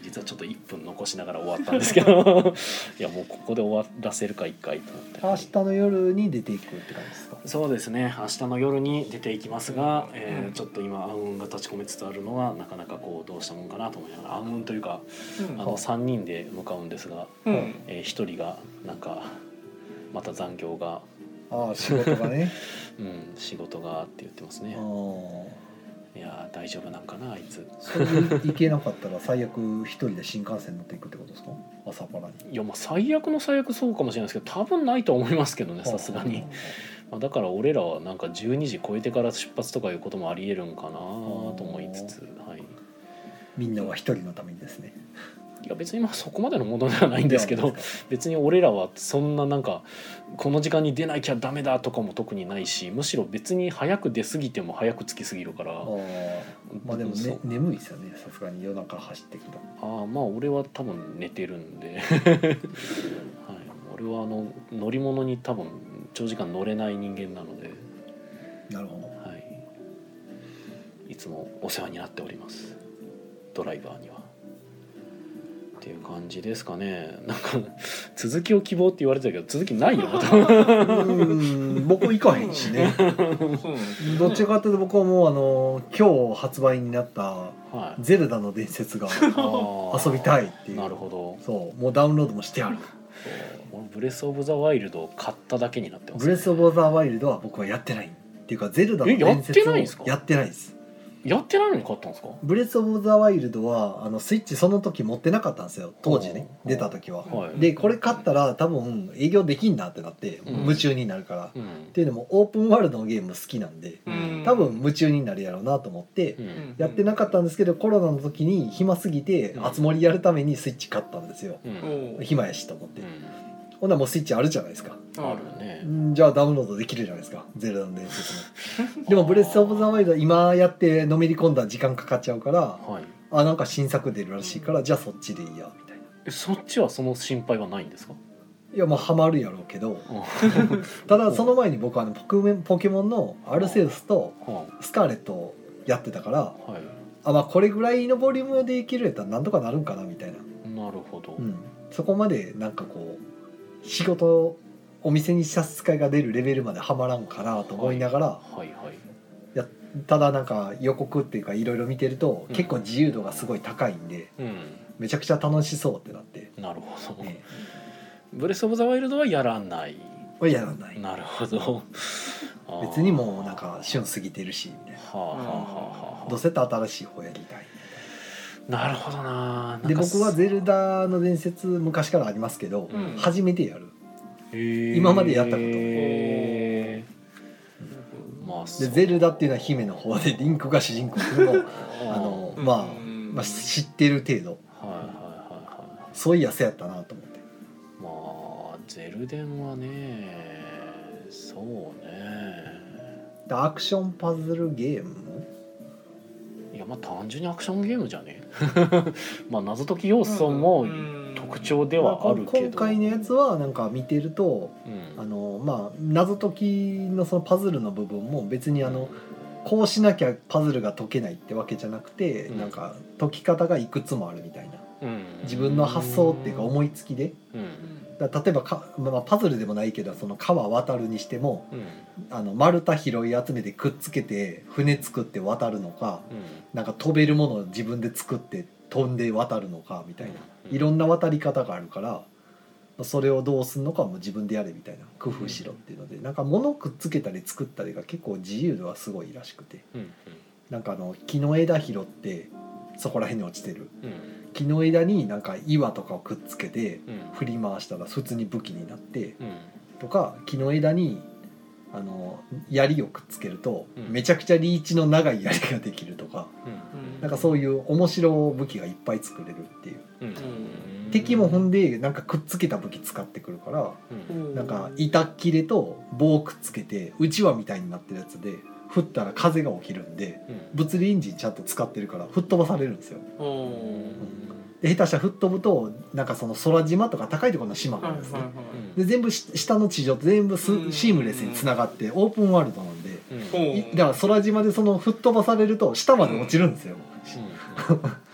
実はちょっといっぷん残しながら終わったんですけどいやもうここで終わらせるかいっかいと思って明日の夜に出ていくって感じですか？ そうですね、明日の夜に出ていきますが、えーうんちょっと今暗雲が立ち込めつつあるのはなかなかこうどうしたもんかなと思いながら、暗雲というかうんあのさんにんで向かうんですが、 うんえー、ひとりがなんかまた残業が、 ああ仕事がねうん、仕事がって言ってますね。 ああいやー大丈夫なんかなあいつ。 それで行けなかったら最悪一人で新幹線乗っていくってことですか？朝パラに。 いやまあ最悪の最悪そうかもしれないですけど多分ないと思いますけどね、さすがに。まあだから俺らはなんかじゅうにじ超えてから出発とかいうこともありえるんかなと思いつつ、はい、 みんなは一人のためにですね。 いや別にまあそこまでのものではないんですけど、別に俺らはそんななんかこの時間に出なきゃダメだとかも特にないし、むしろ別に早く出過ぎても早く着きすぎるから。 ああまあでも、 そね、眠いですよね、さすがに夜中走ってくと。 ああまあ俺は多分寝てるんで、はい、俺はあの乗り物に多分長時間乗れない人間なので、 なるほど。 はい、いつもお世話になっております、ドライバーには。っていう感じですかね。なんか続きを希望って言われてたけど続きないようーん僕行かへんしね。 そうなんですどっちかというと僕はもうあの今日発売になったはいゼルダの伝説が遊びたいっていう。 なるほど。 そうもうダウンロードもしてある。 俺ブレスオブザワイルドを買っただけになってます、 ブレスオブザワイルドは僕はやってないっていうかゼルダの伝説をえやってないんですか？ やってないです。 やってないのに買ったんですか？ ブレスオブザワイルドはあのスイッチその時持ってなかったんですよ、当時ね出た時は。 はい、 でこれ買ったら多分営業できんなってなってうん夢中になるから、 うんっていうのもオープンワールドのゲーム好きなんでうん多分夢中になるやろうなと思ってうんやってなかったんですけど、コロナの時に暇すぎてうんあつ森やるためにスイッチ買ったんですよ。 うんおう暇やしと思ってうほんならもうスイッチあるじゃないですか。 ん、あるね。 んじゃあダウンロードできるじゃないですか、ゼルダの伝説も。でもブレスオブザワイルド今やってのめり込んだら時間かかっちゃうから、 はい。 あなんか新作出るらしいからじゃあそっちでいいやみたいな。 えそっちはその心配はないんですか？ いやまあハマるやろうけど、 うんただその前に僕はあのポケモンポケモンのアルセウスとはスカーレットをやってたから、 いはあまあこれぐらいのボリュームでいけるやったらなんとかなるんかなみたいな、 い。なるほど。 うん、そこまでなんかこう仕事お店に差し支えが出るレベルまでハマらんかなと思いながら、 はいはい。 やただなんか予告っていうかいろいろ見てるとうん結構自由度がすごい高いんで、 うめちゃくちゃ楽しそうってなって、 ん。なるほど。 ね、 ブレスオブザワイルドはやらない。 はやらない。 なるほど。あー別にもうなんか旬過ぎてるしみたいな。 はあはあはあはあ。 どうせと新しい方やりたい。 なるほどな。 で僕はゼルダの伝説昔からありますけど、 うん初めてやる。 へー今までやったことへーまあでゼルダっていうのは姫の方でリンクが主人公っていうのをあのうんまあ、 うんまあ知ってる程度はいはいはいはそういやせやったなと思って。 い。まあゼルデンはね、そうね。 でアクションパズルゲームいやまあ単純にアクションゲームじゃね。まあ謎解き要素も特徴ではあるけど。 今回のやつはなんか見てるとうんあのまあ謎解きのそのパズルの部分も別にあのこうしなきゃパズルが解けないってわけじゃなくて、 うんなんか解き方がいくつもあるみたいな、 うん自分の発想っていうか思いつきで、 うんだから例えばか、まあ、パズルでもないけどその川渡るにしてもうんあの丸太拾い集めてくっつけて船作って渡るのか、なんか飛べるものを自分で作って飛んで渡るのかみたいな、 うんいろんな渡り方があるからそれをどうするのかも自分でやれみたいな工夫しろっていうので、なんか物をくっつけたり作ったりが結構自由度はすごいらしくて、 うんなんかあの木の枝拾ってそこら辺に落ちてるうん木の枝になんか岩とかをくっつけてうん振り回したら普通に武器になってうんとか、木の枝にあの槍をくっつけるとうんめちゃくちゃリーチの長い槍ができるとか、 うんなんかそういう面白武器がいっぱい作れるっていう。 うん敵もほんでなんかくっつけた武器使ってくるから、 うんなんか板切れと棒くっつけてうちわみたいになってるやつで振ったら風が起きるんでうん物理エンジンちゃんと使ってるから吹っ飛ばされるんですよ。 うんで下手したら吹っ飛ぶとなんかその空島とか高いところの島があるんですね。で全部し下の地上と全部スうんシームレスにつながってオープンワールドなんで、 うんいだから空島でその吹っ飛ばされると下まで落ちるんですよ。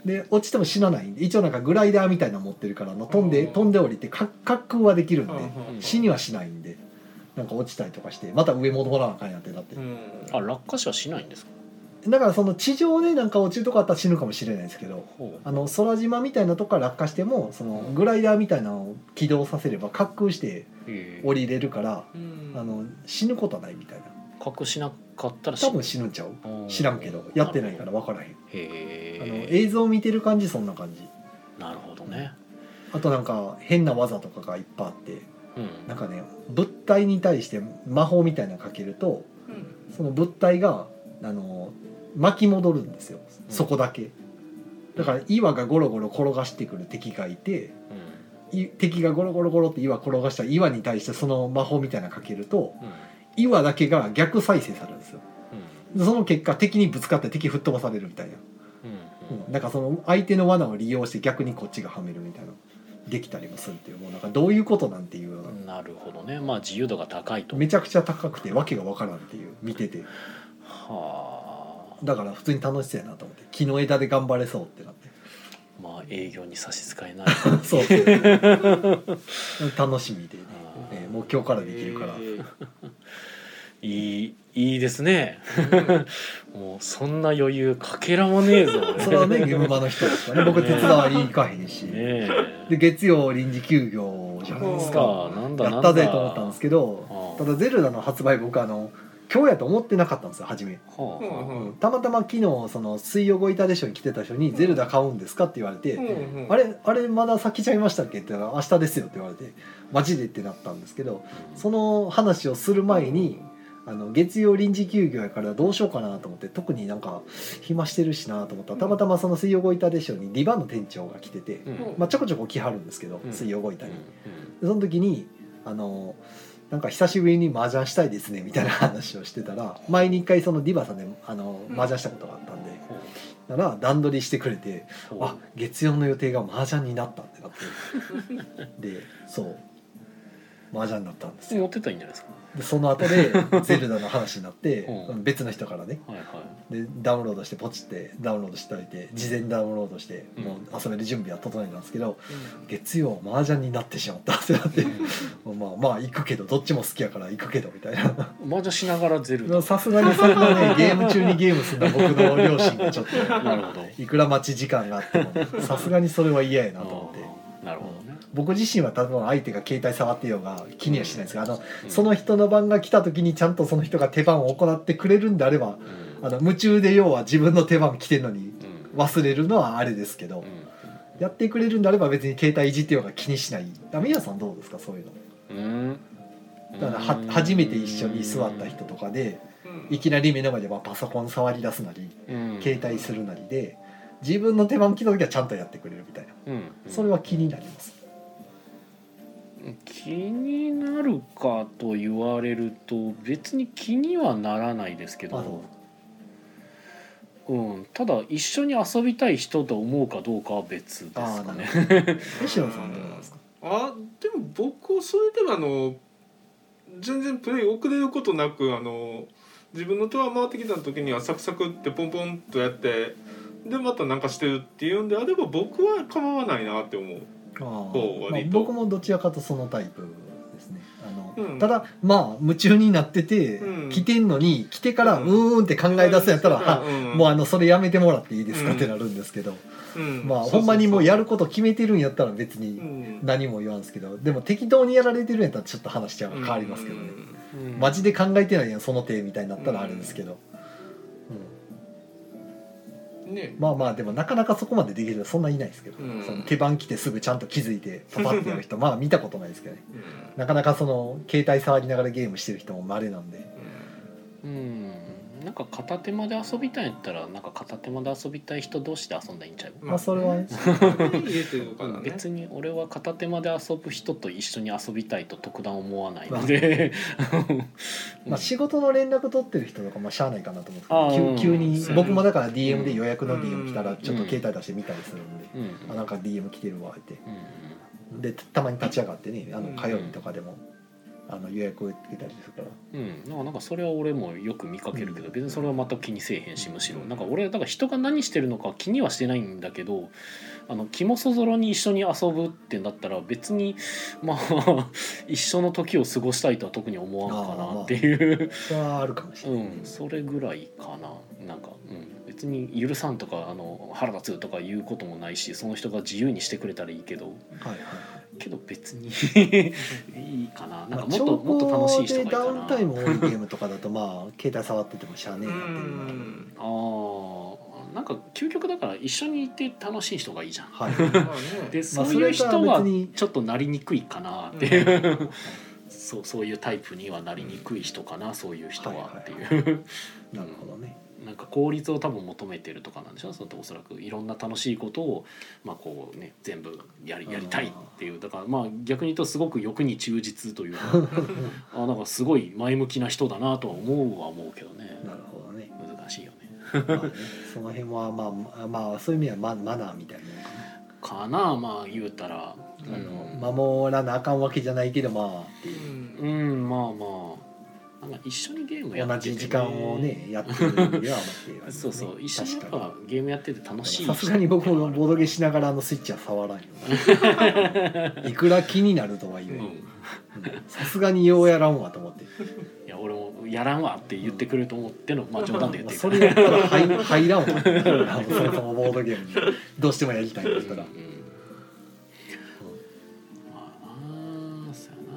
で落ちても死なないんで、一応なんかグライダーみたいなの持ってるからの飛んでうん飛んで降りてか滑空はできるんで、 うん死にはしないんで、なんか落ちたりとかしてまた上戻らなあかんやってなって、 うんあ、落下死はしないんですか。 だからその地上でなんか落ちるとこあったら死ぬかもしれないですけど、 ほうあの空島みたいなとこから落下してもそのグライダーみたいなのを起動させれば滑空してへ降りれるから、 うんあの死ぬことはないみたいな。 隠しなかったら多分死ぬんちゃう、知らんけどやってないから分からへん。 へあのえ。 映像を見てる感じそんな感じ。 なるほどね。 あとなんか変な技とかがいっぱいあって、 うん。 なんかね物体に対して魔法みたいなのかけるとうんその物体があの巻き戻るんですよ、そこだけ。だから岩がゴロゴロ転がしてくる敵がいて、い敵がゴロゴロゴロって岩転がしたら岩に対してその魔法みたいなのかけるとうん。うん。 岩だけが逆再生されるんですよ。でその結果敵にぶつかって敵吹っ飛ばされるみたいな、 うん。 うん、なんかその相手の罠を利用して逆にこっちがはめるみたいなできたりもするっていう、もうなんかどういうことなんていうような、 うん。なるほどね。まあ自由度が高いと。 めちゃくちゃ高くてわけがわからんっていう見てて、 はあ。 だから普通に楽しそうやなと思って木の枝で頑張れそうってなってまあ営業に差し支えない。 そう楽しみで、ねあーえーもう今日からできるから、 えーいいいいですね。もうそんな余裕かけらもねえぞ。俺それはねゲームマの人ですからね、僕手伝わりに行かへんし、 ねえ。 で月曜臨時休業じゃないですか。 か。なんだなんだ。 やったぜと思ったんですけど、 ああただゼルダの発売僕あの今日やと思ってなかったんですよ初め、 はうんうんたまたま昨日その水曜ゴイタでしょに来てた人に「ゼルダ買うんですか?」って言われて「 うんうんあれあれまだ先ちゃいましたっけ?」って言ったら「明日ですよ」って言われて「マジで?」ってなったんですけど、 あ。 その話をする前にあの月曜臨時休業やからどうしようかなと思って、特になんか暇してるしなと思ったら、たまたまその水曜ゴイタでしょにリバの店長が来てて、 うん。 まあ、ちょこちょこ来はるんですけど、 うん水曜ゴイタに。 うんでその時にあのなんか久しぶりに麻雀したいですねみたいな話をしてたら、前に一回そのディバさんであの麻雀したことがあったんで、だから段取りしてくれて、 ほうあ月曜の予定が麻雀になったってなってでそう麻雀になったんですよ。 持ってったらいいんじゃないですか。 でその後でゼルダの話になってうん別の人からね、 はいはい。 でダウンロードしてポチってダウンロードしておいて事前ダウンロードしてうんもう遊べる準備は整えたんですけど、月曜麻雀になってしまったってなってまあまあ行くけどどっちも好きやから行くけどみたいな。 麻雀しながらゼルダ。 さすがにそんなねゲーム中にゲームするのは僕の両親がちょっとなるほど。 いくら待ち時間があってもさすがにそれは嫌やなと思って。 あーなるほどね。 僕自身は多分相手が携帯触ってようが気にはしないですが、あのうんその人の番が来た時にちゃんとその人が手番を行ってくれるんであれば、 うんあの夢中で要は自分の手番来てるのにうん忘れるのはあれですけど、 うんやってくれるんであれば別に携帯いじってようが気にしない。あ、皆さんどうですかそういうの。 うん。 だからは初めて一緒に座った人とかでいきなり目の前でまあパソコン触り出すなりうん携帯するなりで自分の手番来た時はちゃんとやってくれるみたいな、 うん。 それは気になります。 気になるかと言われると別に気にはならないですけあど、うん、ただ一緒に遊びたい人と思うかどうかは別ですかね。 西野さんどうなんですか。 あでも僕はそれではあの全然プレイ遅れることなくあの自分の手が回ってきた時にはサクサクってポンポンとやってでまたなんかしてるっていうんであれば僕は構わないなって思う。 あこうまあ、 割と僕もどちらかとそのタイプですね。あの、 うんただまあ夢中になってて、 うん来てんのに来てからううんーんって考え出すんやったら、はうんもうあのそれやめてもらっていいですかうんってなるんですけど、 うんまあそうそうそうほんまにもうやること決めてるんやったら別うにん何も言わんすけど、でも適当にやられてるんやったらちょっと話しちゃう変わりますけどね。 うんマジで考えてないやんその手みたいになったらあれですけど、うんねまあまあでもなかなかそこまでできる人そんないないですけど、 うんその手番来てすぐちゃんと気づいてパパってやる人まあ見たことないですけどね。 うんなかなかその携帯触りながらゲームしてる人も稀なんで、 うん、なんか片手間で遊びたいんやったらなんか片手間で遊びたい人同士で遊んだらいいんちゃう、 まあそれはね入れてるからね別に俺は片手間で遊ぶ人と一緒に遊びたいと特段思わないので、 まあ仕事の連絡取ってる人とかまあしゃあないかなと思あーうんですけど、急急にうん僕もだから ディーエム で予約の ディーエム 来たらうんちょっと携帯出して見たりするんで、 うんあなんか ディーエム 来てるわってうんでたまに立ち上がってねあのうん火曜日とかでもあの予約を受けたりするから。 うん、なんかなんかそれは俺もよく見かけるけど、別にそれは全く気にせえへんし、むしろなんか俺だから人が何してるのか気にはしてないんだけど、あのキモソゾロに一緒に遊ぶってなったら別にまあ一緒の時を過ごしたいとは特に思わんかなっていう、 それはあるかもしれない、 うん、それぐらいかな。なんか、うん、別に許さんとかあの腹立つとか言うこともないし、その人が自由にしてくれたらいいけど、 はいはいけど別にいいかな。なんかもっともっと楽しい人がいいかな。 ダウンタイム多いゲームとかだとまあ携帯触っててもしゃあねえなっていうのはああ、なんか究極だから一緒にいて楽しい人がいいじゃん。 はいまあねでまあそういう人はそれとは別にちょっとなりにくいかなっていう、そうそういうタイプにはなりにくい人かな、そういう人はっていう、 なるほどね。 なんか効率を多分求めてるとかなんでしょ。そのおそらくいろんな楽しいことをまあこうね全部やりやりたいっていう、だからまあ逆に言うとすごく欲に忠実というかあ、なんかすごい前向きな人だなとは思うは思うけどね。 なるほどね。 難しいよね。 まあね、その辺はまあまあそういう意味はママナーみたいなのかな。 かな、まあ言うたら、 あの守らなあかんわけじゃないけどまあっていううん、 うん、まあまあなんか一緒にゲームやってて、ね、 同じ時間をねやってるようは思っている、ね、 そうそう一緒にやっぱゲームやってて楽しい。 さすがに僕もボードゲーしながらあのスイッチは触らんよいくら気になるとは言えさすがにようやらんわと思って、 いや俺もやらんわって言ってくれると思っての、まあ冗談で言ってるそれやったら入入らんわそもそもボードゲームにどうしてもやりたいんだったら、 うんうん、まあなあ、そうや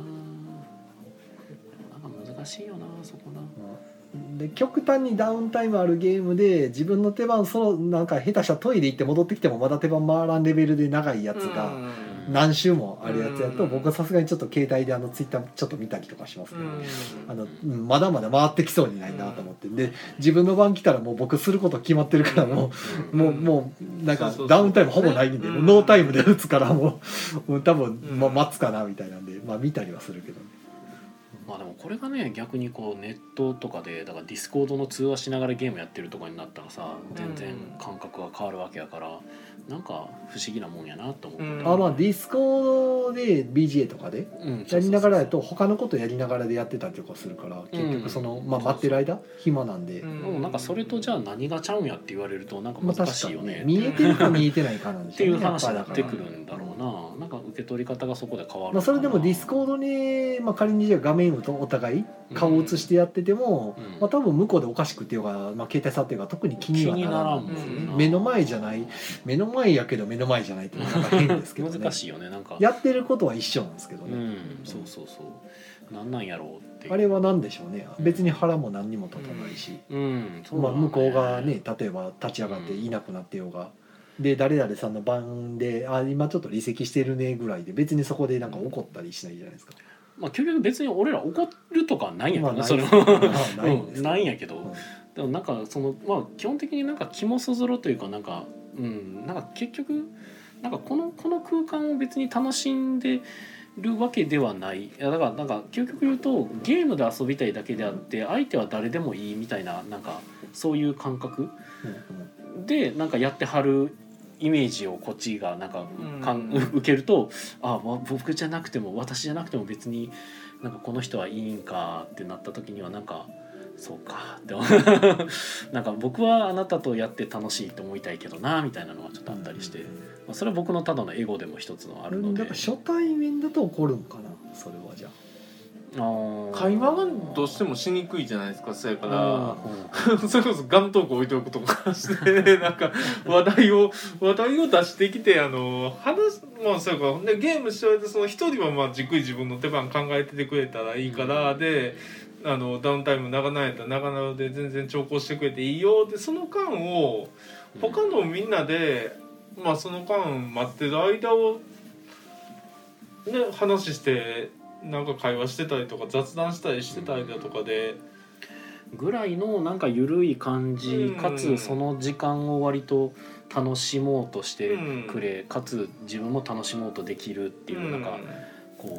な、なんか難しいよなそこな。 で極端にダウンタイムあるゲームで自分の手番そのなんか下手したらトイレ行って戻ってきてもまだ手番回らんレベルで長いやつが何周もあるやつやと、僕はさすがにちょっと携帯であのツイッターちょっと見たりとかしますけど、あのうんまだまだ回ってきそうにないなと思って、で自分の番来たらもう僕すること決まってるからもうもうもうなんかダウンタイムほぼないんでもうノータイムで打つからもうもう多分まあ待つかなみたいなんでまあ見たりはするけどね。 まあでもこれがね逆にこうネットとかでだからディスコードの通話しながらゲームやってるとかになったらさ全然感覚が変わるわけやから、なんか不思議なもんやなと思う、 うんあまあディスコードで ビージーエー とかでうん、 やりながらやと他のことやりながらでやってたりとかするから結局その、まあ、待ってる間暇なんで、 もうなんかそれとじゃあ何がちゃうんやって言われるとなんか難しいよね、 見えてるか見えてないかなんでっていうしょうね話になってやぱだからくるんだろうな。なんか受け取り方がそこで変わるのかな。 まあ、それでもディスコードに、まあ、仮にじゃあ画面をとお互い顔を映してやってても、 うんまあ、多分向こうでおかしくっていうか、まあ、携帯触ってるから特に気にはならんですよね、 うん目の前じゃない目の前やけど目の前じゃないっていうのはなんか変ですけどね難しいよねなんかやってることは一緒なんですけどね、 うんそうそうそうなんなんやろうっていうあれは何でしょうね別に腹も何にも立たないし、 うんそうだねまあ、向こうがね例えば立ち上がっていなくなってようが、で誰々さんの番であ今ちょっと離席してるねぐらいで別にそこでなんか怒ったりしないじゃないですか。 まあ究極別に俺ら怒るとかはないんやけど、 まあそれないはまあないんですけどうんないんやけど、 うんでもなんかそのまあ基本的になんか気もそぞろというかなんかうんなんか結局なんかこのこの空間を別に楽しんでるわけではない。いやだからなんか究極言うとゲームで遊びたいだけであって相手は誰でもいいみたいななんかそういう感覚うんでなんかやってはるイメージをこっちがなんかかん、 うん受けるとあまあ僕じゃなくても私じゃなくても別になんかこの人はいいんかってなった時にはなんかそうかってなんか僕はあなたとやって楽しいと思いたいけどなみたいなのがちょっとあったりして、まあ、それは僕のただのエゴでも一つのあるのでだから初対面だと怒るんかなそれはじゃあ。 あー会話がどうしてもしにくいじゃないですか。そやからうそれこそガムトーク置いておくとかしてなんか話題を話題を出してきてあの話まあそうかでゲームしておいてその一人はまあじっくり自分の手番考えててくれたらいいからであのダウンタイム長々やったら長々で全然調校してくれていいよでその間を他のみんなでまあその間待ってる間をね話してなんか会話してたりとか雑談したりしてたりだとかで。 ぐらいのなんか緩い感じ、 うんかつその時間を割と楽しもうとしてくれ、かつ自分も楽しもうとできるっていうなんかこ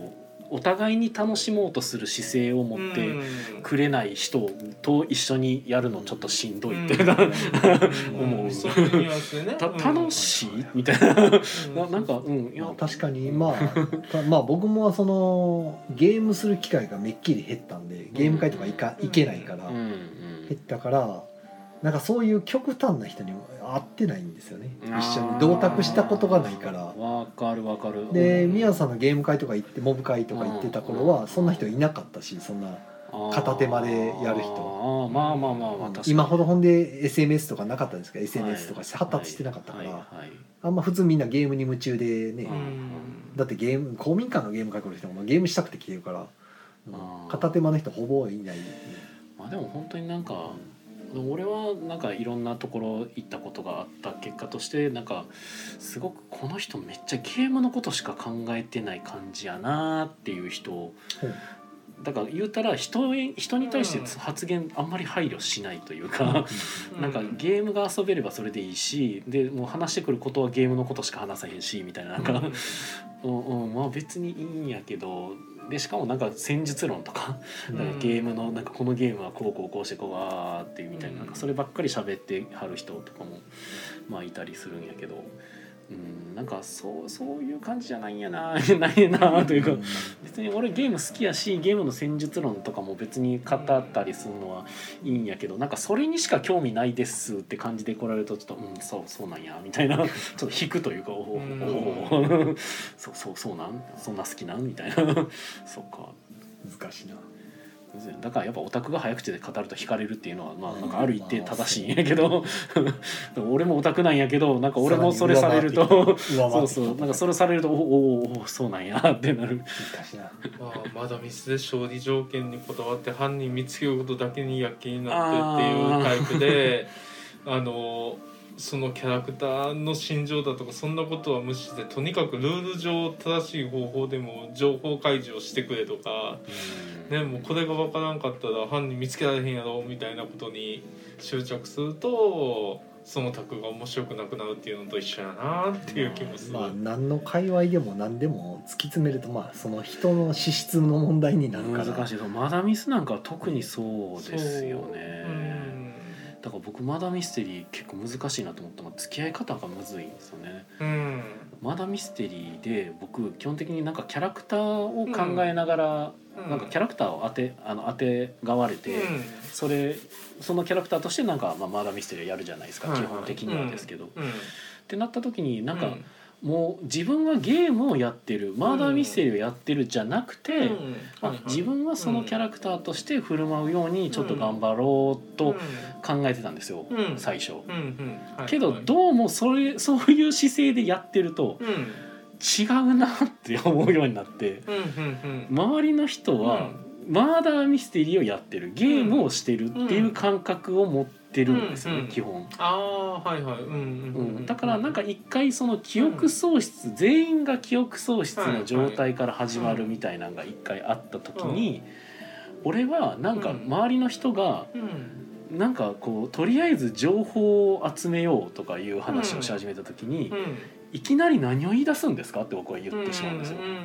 お互いに楽しもうとする姿勢を持ってくれない人と一緒にやるのちょっとしんどいってな思う。 そういうニュアンスでね。 た楽しいみたいなななんかうんいや確かにまあまあ僕もそのゲームする機会がめっきり減ったんでゲーム会とか行か行けないからうん減ったからなんかそういう極端な人に会ってないんですよね。一緒に同卓したことがないから。 わかるわかる。 で宮さんのゲーム会とか行ってモブ会とか行ってた頃はそんな人いなかったしそんな片手間でやる人あまあまあまあまあ確かに今ほどほんで エスエヌエス とかなかったんですけど エスエヌエス とか発達してなかったからあんま普通みんなゲームに夢中でねだってゲーム公民館のゲーム会来る人もゲームしたくて来てるから片手間の人ほぼいない。 まあでも本当になんか俺はなんかいろんなところ行ったことがあった結果としてなんかすごくこの人めっちゃゲームのことしか考えてない感じやなっていう人だから言うたら人へ人に対して発言あんまり配慮しないというかなんかゲームが遊べればそれでいいしでもう話してくることはゲームのことしか話さへんしみたいななんかうんうんまあ別にいいんやけどでしかもなんか戦術論とかなんかゲームのなんかこのゲームはこうこうこうしてこうわーっていうみたいななんかそればっかり喋ってはる人とかもまあいたりするんやけど。うん、なんかそうそういう感じじゃないんやなないなというか別に俺ゲーム好きやしゲームの戦術論とかも別に語ったりするのはいいんやけどなんかそれにしか興味ないですって感じで来られるとちょっとうんそうそうなんやみたいなちょっと引くというかおおおそうそうそうなんそんな好きなんみたいなそうか難しいな。 だからやっぱオタクが早口で語ると惹かれるっていうのはまあなんかある一定正しいんやけど俺もオタクなんやけどなんか俺もそれされるとそうそうなんかそれされるとおおおそうなんやってなる。 難しいな。 まあまだミスで勝利条件にこだわって犯人見つけることだけに躍起になってっていうタイプであのそのキャラクターの心情だとかそんなことは無視してとにかくルール上正しい方法でも情報開示をしてくれとか、ね、もうこれが分からんかったら犯人見つけられへんやろみたいなことに執着するとその卓が面白くなくなるっていうのと一緒やなっていう気もする。 まあ何の界隈でも何でも突き詰めるとまあその人の資質の問題になるから難しい。マダミスなんかは特にそうですよね。だから僕マダミステリー結構難しいなと思ったのは付き合い方がむずいんですよね、 うん、 マダミステリーで僕基本的になんかキャラクターを考えながら、うん、なんかキャラクターを当てあの当てがわれて、うん、それそのキャラクターとしてなんか、まあ、マダミステリーをやるじゃないですか、うん、基本的にはですけど、うんうん、ってなった時になんか、うんもう自分はゲームをやってるマーダーミステリーをやってるじゃなくて、うんまあ、自分はそのキャラクターとして振る舞うようにちょっと頑張ろうと考えてたんですよ、うん、最初、うんうんはい、けどどうもそれそういう姿勢でやってると、うん、違うなって思うようになって、うんうんうん、周りの人はマーダーミステリーをやってるゲームをしてるっていう感覚を持っててるんですよね、うんうん、基本あはいはい、うんうんうん、 だからなんか一回その記憶喪失、うん、全員が記憶喪失の状態から始まるみたいなのが一回あった時に、うん、俺はなんか周りの人がなんかこうとりあえず情報を集めようとかいう話をし始めた時に、うんうん、いきなり何を言い出すんですかって僕は言ってしまうんですよ、うんうんうん、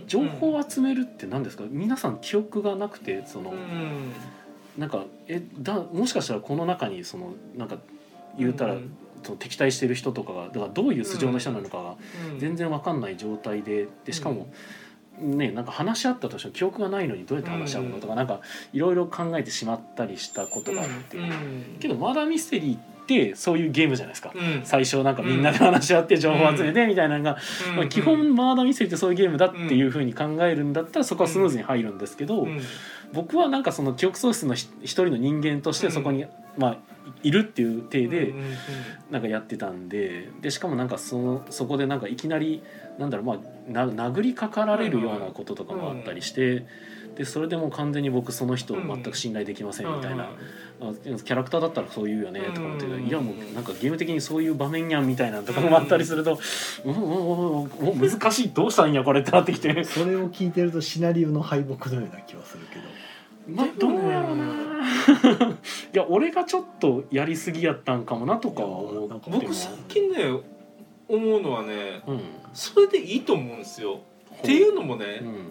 情報を集めるって何ですか皆さん記憶がなくてその、うんなんかえだもしかしたらこの中にそのなんか言うたら、うん、その敵対してる人とかがだからどういう素性の人なのかが全然分かんない状態で、でしかも、ね、なんか話し合ったとしても記憶がないのにどうやって話し合うのとかなんかいろいろ考えてしまったりしたことがあって、けどマーダーミステリーってそういうゲームじゃないですか、うん、最初なんかみんなで話し合って情報を集めてみたいなのが、うんまあ、基本マーダーミステリーってそういうゲームだっていう風に考えるんだったらそこはスムーズに入るんですけど、うんうん僕はなんかその記憶喪失の一人の人間としてそこに、まあ、いるっていう体でなんかやってたんで、でしかもなんかそのそこでなんかいきなりなんだろう、まあ、な殴りかかられるようなこととかもあったりして、でそれでもう完全に僕その人を全く信頼できませんみたいな、キャラクターだったらそう言うよねとか思っていやもうなんかゲーム的にそういう場面やんみたいなとかもあったりするともうもうもう難しいどうしたんやこれってなってきてそれを聞いてるとシナリオの敗北のような気はするけど。 まあ、どうやろうないや俺がちょっとやりすぎやったんかもなとかは思う。 僕最近ね思うのはね、うん、それでいいと思うんですよ。っていうのもね、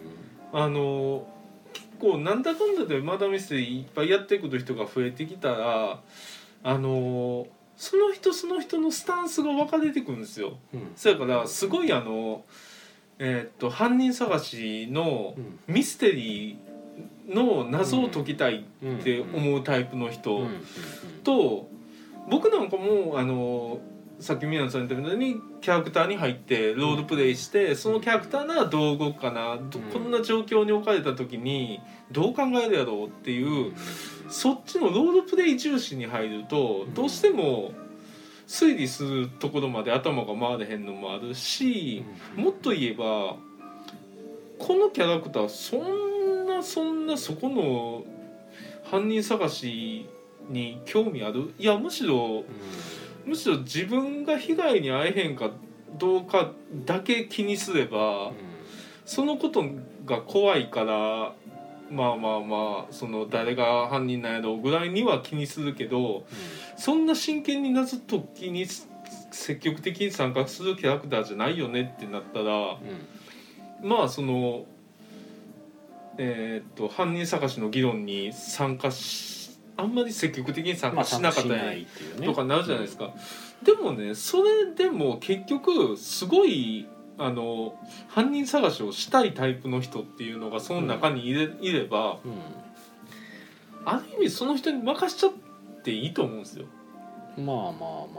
あの結構なんだかんだでマダミステリーいっぱいやってくる人が増えてきたらあのその人その人のスタンスが分かれてくるんですよ。 うんそやからすごいあの、えー、っと犯人探しのミステリーの謎を解きたいって思うタイプの人と、僕なんかもあのさっき宮野さん言ったようにキャラクターに入ってロールプレイしてそのキャラクターならどう動くかな、こんな状況に置かれた時にどう考えるやろうっていうそっちのロールプレイ重視に入るとどうしても推理するところまで頭が回れへんのもあるし、もっと言えばこのキャラクターそんなそんなそこの犯人探しに興味ある？いやむしろむしろ自分が被害に遭えへんかどうかだけ気にすればそのことが怖いからまあまあまあその誰が犯人なんやろうぐらいには気にするけど、そんな真剣に謎解きに積極的に参加するキャラクターじゃないよねってなったら、まあそのえっと犯人探しの議論に参加しあんまり積極的に参加しなかったりとかなるじゃないですか。でもねそれでも結局すごいあの犯人探しをしたいタイプの人っていうのがその中にいれ、うん、いれば、うん、ある意味その人に任しちゃっていいと思うんですよ。 まあまあま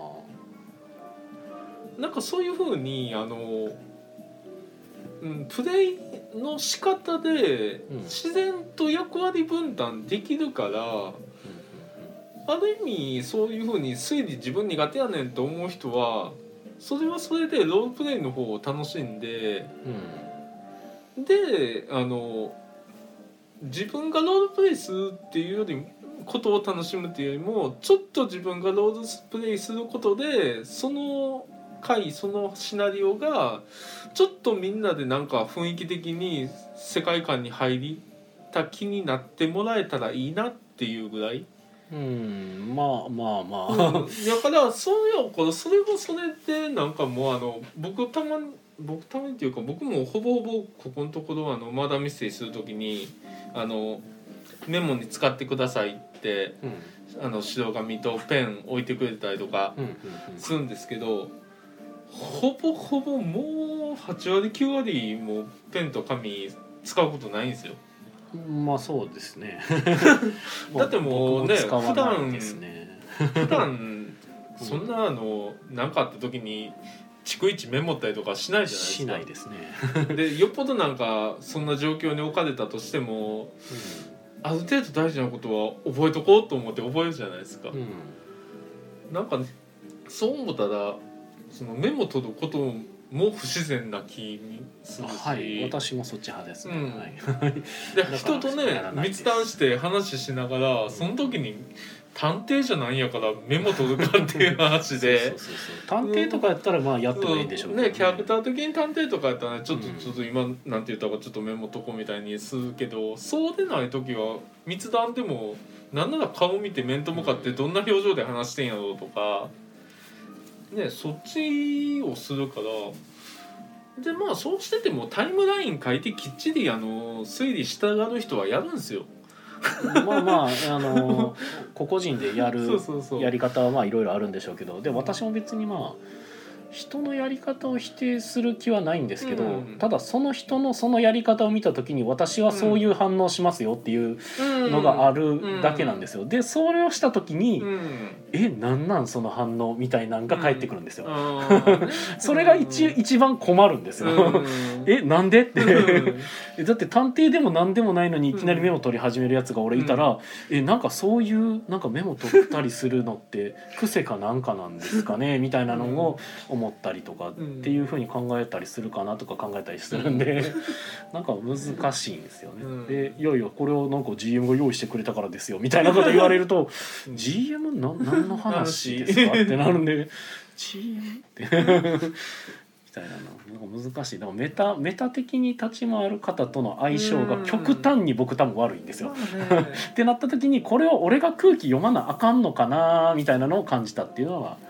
あなんかそういう風にあの、うん、プレイの仕方で自然と役割分担できるから、うん、ある意味そういう風に推理自分苦手やねんと思う人はそれはそれでロールプレイの方を楽しんで、うん、であの自分がロールプレイするっていうよりことを楽しむっていうよりもちょっと自分がロールプレイすることでその回そのシナリオがちょっとみんなでなんか雰囲気的に世界観に入りた気になってもらえたらいいなっていうぐらい。 うんまあまあまあ、 うん、だからそういうからそれはそれでなんかもうあの僕たまに僕たまにっていうか僕もほぼほぼここのところあのマーダーミステリーするときにあのメモに使ってくださいって、うん、あの白紙とペン置いてくれたりとかするんですけど、ほぼほぼもうはちわりきゅうわりもペンと紙使うことないんですよ。 まあそうですねだってもうね普段ですね普段そんなの何かあった時に逐一メモったりとかしないじゃないですか。 しないですねでよっぽどなんかそんな状況に置かれたとしても、うん、ある程度大事なことは覚えとこうと思って覚えるじゃないですか、うん、なんか、ね、そう思ったらそのメモ取ることも不自然な気にするし、 はい、私もそっち派ですね、うんはい、 で人とね密談して話しながら、うん、その時に探偵じゃないんやからメモ取るかっていう話でそうそうそうそう探偵とかやったらまあやってもいいんでしょうけどね, ねキャラクター的に探偵とかやったらねちょっと、うん、ちょっと今なんて言ったかちょっとメモとこみたいにするけど、そうでない時は密談でもなんなら顔見て面と向かってどんな表情で話してんやろうとかね、そっちをするからでまあそうしててもタイムライン書いてきっちりあの推理したがる人はやるんですよ。 まあまああの個々人でやるやり方はまあいろいろあるんでしょうけど、で私も別にまあ人のやり方を否定する気はないんですけど、うん、ただその人のそのやり方を見た時に私はそういう反応しますよっていうのがあるだけなんですよ。でそれをした時に、うん、えなんなんその反応みたいなのが返ってくるんですよ、うん、それが 一, 一番困るんですよ、うん、えなんでってだって探偵でも何でもないのにいきなりメモ取り始めるやつが俺いたら、うん、えなんかそういうなんかメモ取ったりするのって癖かなんかなんですかねみたいなのを思ったりとかっていう風に考えたりするかなとか考えたりするんで、うん、なんか難しいんですよね、うん、でいやいやこれをなんか ジーエム が用意してくれたからですよみたいなこと言われるとジーエム な何の話ですかってなるんでジーエム ってみたいなのなんか難しい。だからメタメタ的に立ち回る方との相性が極端に僕多分悪いんですよ、うん、ってなった時にこれを俺が空気読まなあかんのかなみたいなのを感じたっていうのはあ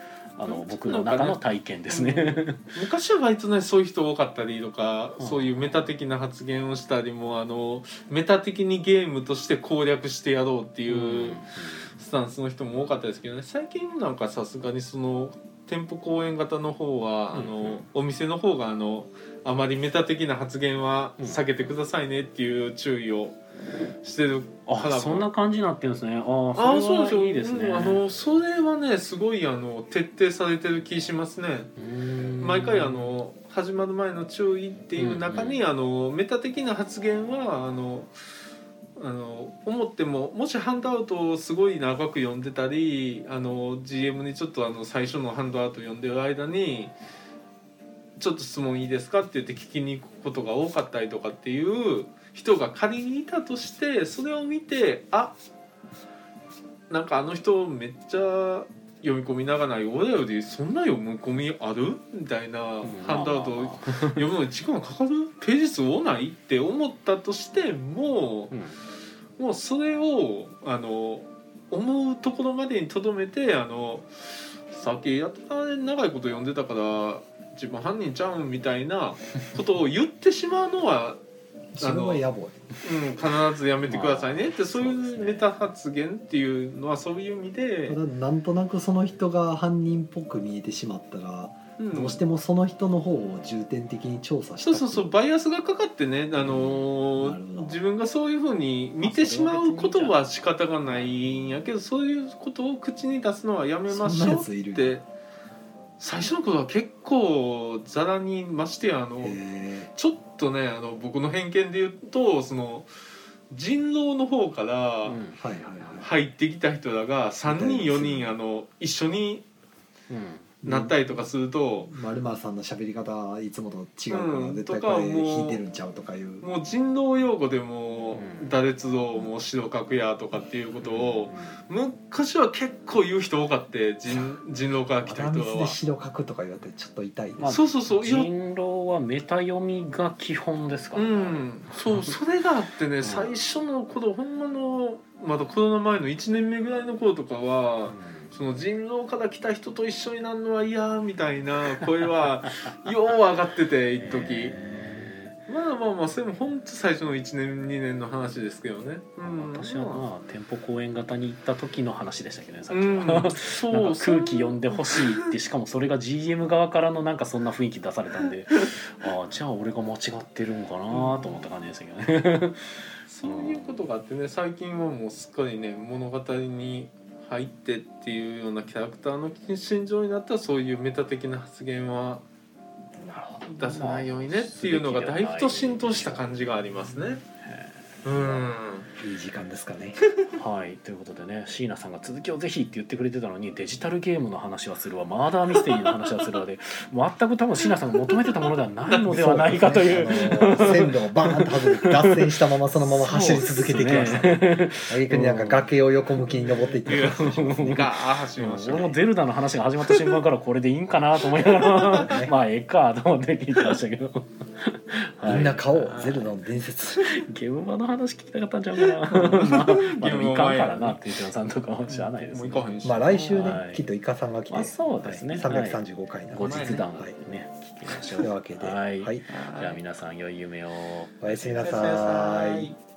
あの僕の中の体験ですね。 昔は割とねそういう人多かったりとか、 うんそういうメタ的な発言をしたりもあのメタ的にゲームとして攻略してやろうっていうスタンスの人も多かったですけどね、最近なんかさすがにその店舗公演型の方は、 うんあのお店の方があのあまりメタ的な発言は避けてくださいねっていう注意をしてるからあ、そんな感じになってるんですね。あああ、それそうですよはいいですね。 うんあのそれはねすごいあの徹底されてる気しますね。 うん毎回あの始まる前の注意っていう中に、 うんあのメタ的な発言はあのあの思ってももしハンドアウトをすごい長く読んでたりあの ジーエム にちょっとあの最初のハンドアウト読んでる間にちょっと質問いいですかって言って聞きに行くことが多かったりとかっていう人が仮にいたとしてそれを見てあなんかあの人めっちゃ読み込み長ない俺よりそんな読み込みあるみたいなハンドアウトを読むのに時間かかるページ数多ないって思ったとしてもうんもうそれをあの思うところまでにとどめてあのさっきやった長いこと読んでたから自分犯人ちゃうんみたいなことを言ってしまうのは自分は野暮。 うん、必ずやめてくださいねって、 まあそういそうですねうメタ発言っていうのはそういう意味でた、だなんとなくその人が犯人っぽく見えてしまったら、 うんどうしてもその人の方を重点的に調査したくそうそうそうバイアスがかかってね、あのなるほどー自分がそういうふうに見てしまうことは仕方がないんやけどそういうことを口に出すのはやめましそんなょうやついるって最初の頃は結構ざらにましてやあのへちょっとねあの僕の偏見で言うとその人狼の方からうんーはいはいはい。 入ってきた人らがさんにんよにんあの一緒にうんなったりとかすると、 まるまるさんの喋り方いつもと違うから、 うん絶対とかこれもう引いてるんちゃうとかいう。 もう人狼用語でもうん打列道も白角やとかっていうことを昔は結構言う人多かって人人狼から来たマダミスで人らは白角とか言われてちょっと痛いです。 まあそうそうそういや人狼はメタ読みが基本ですかうらね。 んそうそれがあってねん最初の頃ほんまのまだコロナ前のいちねんめぐらいの頃とかはその人狼から来た人と一緒になるのは嫌みたいな声はよう上がってて一時へまあまあまあそれもほんと最初のいちねんにねんの話ですけどね、うーん、 私はまあ店舗公演型に行った時の話でしたけどねさっきうんは。 そうなんか空気読んでほしいってしかもそれが ジーエム 側からのなんかそんな雰囲気出されたんでああじゃあ俺が間違ってるんかなと思った感じですけどね。 そういうことがあってね最近はもうすっかりね物語に入ってっていうようなキャラクターの心情になったらそういうメタ的な発言は出さないようにねっていうのがだいぶと浸透した感じがありますね。うんいい時間ですかね。 はいということでね椎名さんが続きをぜひって言ってくれてたのにデジタルゲームの話はするわマーダーミステリーの話はするわで全く多分椎名さんが求めてたものではないのではないかという。 あの線路をバーンと外れて脱線したままそのまま走り続けていきましたね。 ね挙句になんか崖を横向きに登っていってましたね。 が走りましたね。 俺もゼルダの話が始まった瞬間からこれでいいんかなと思いながらまあええかと思って聞いてましたけど、はいみんな買おうゼルダの伝説。 ゲームマの話聞きたかったんちゃうかなまあ、まあでもいかんからなっていうさんとかも知らないですもうね行かへんしまあ来週はいねきっとイカさんが来て、 あそうですねはい、さんびゃくさんじゅうごかいなので、 後日談をはいね聞きましょといううわけで、 はいはい、 じゃあ皆さん良い夢を。 おやすみなおやすみなささい。 い。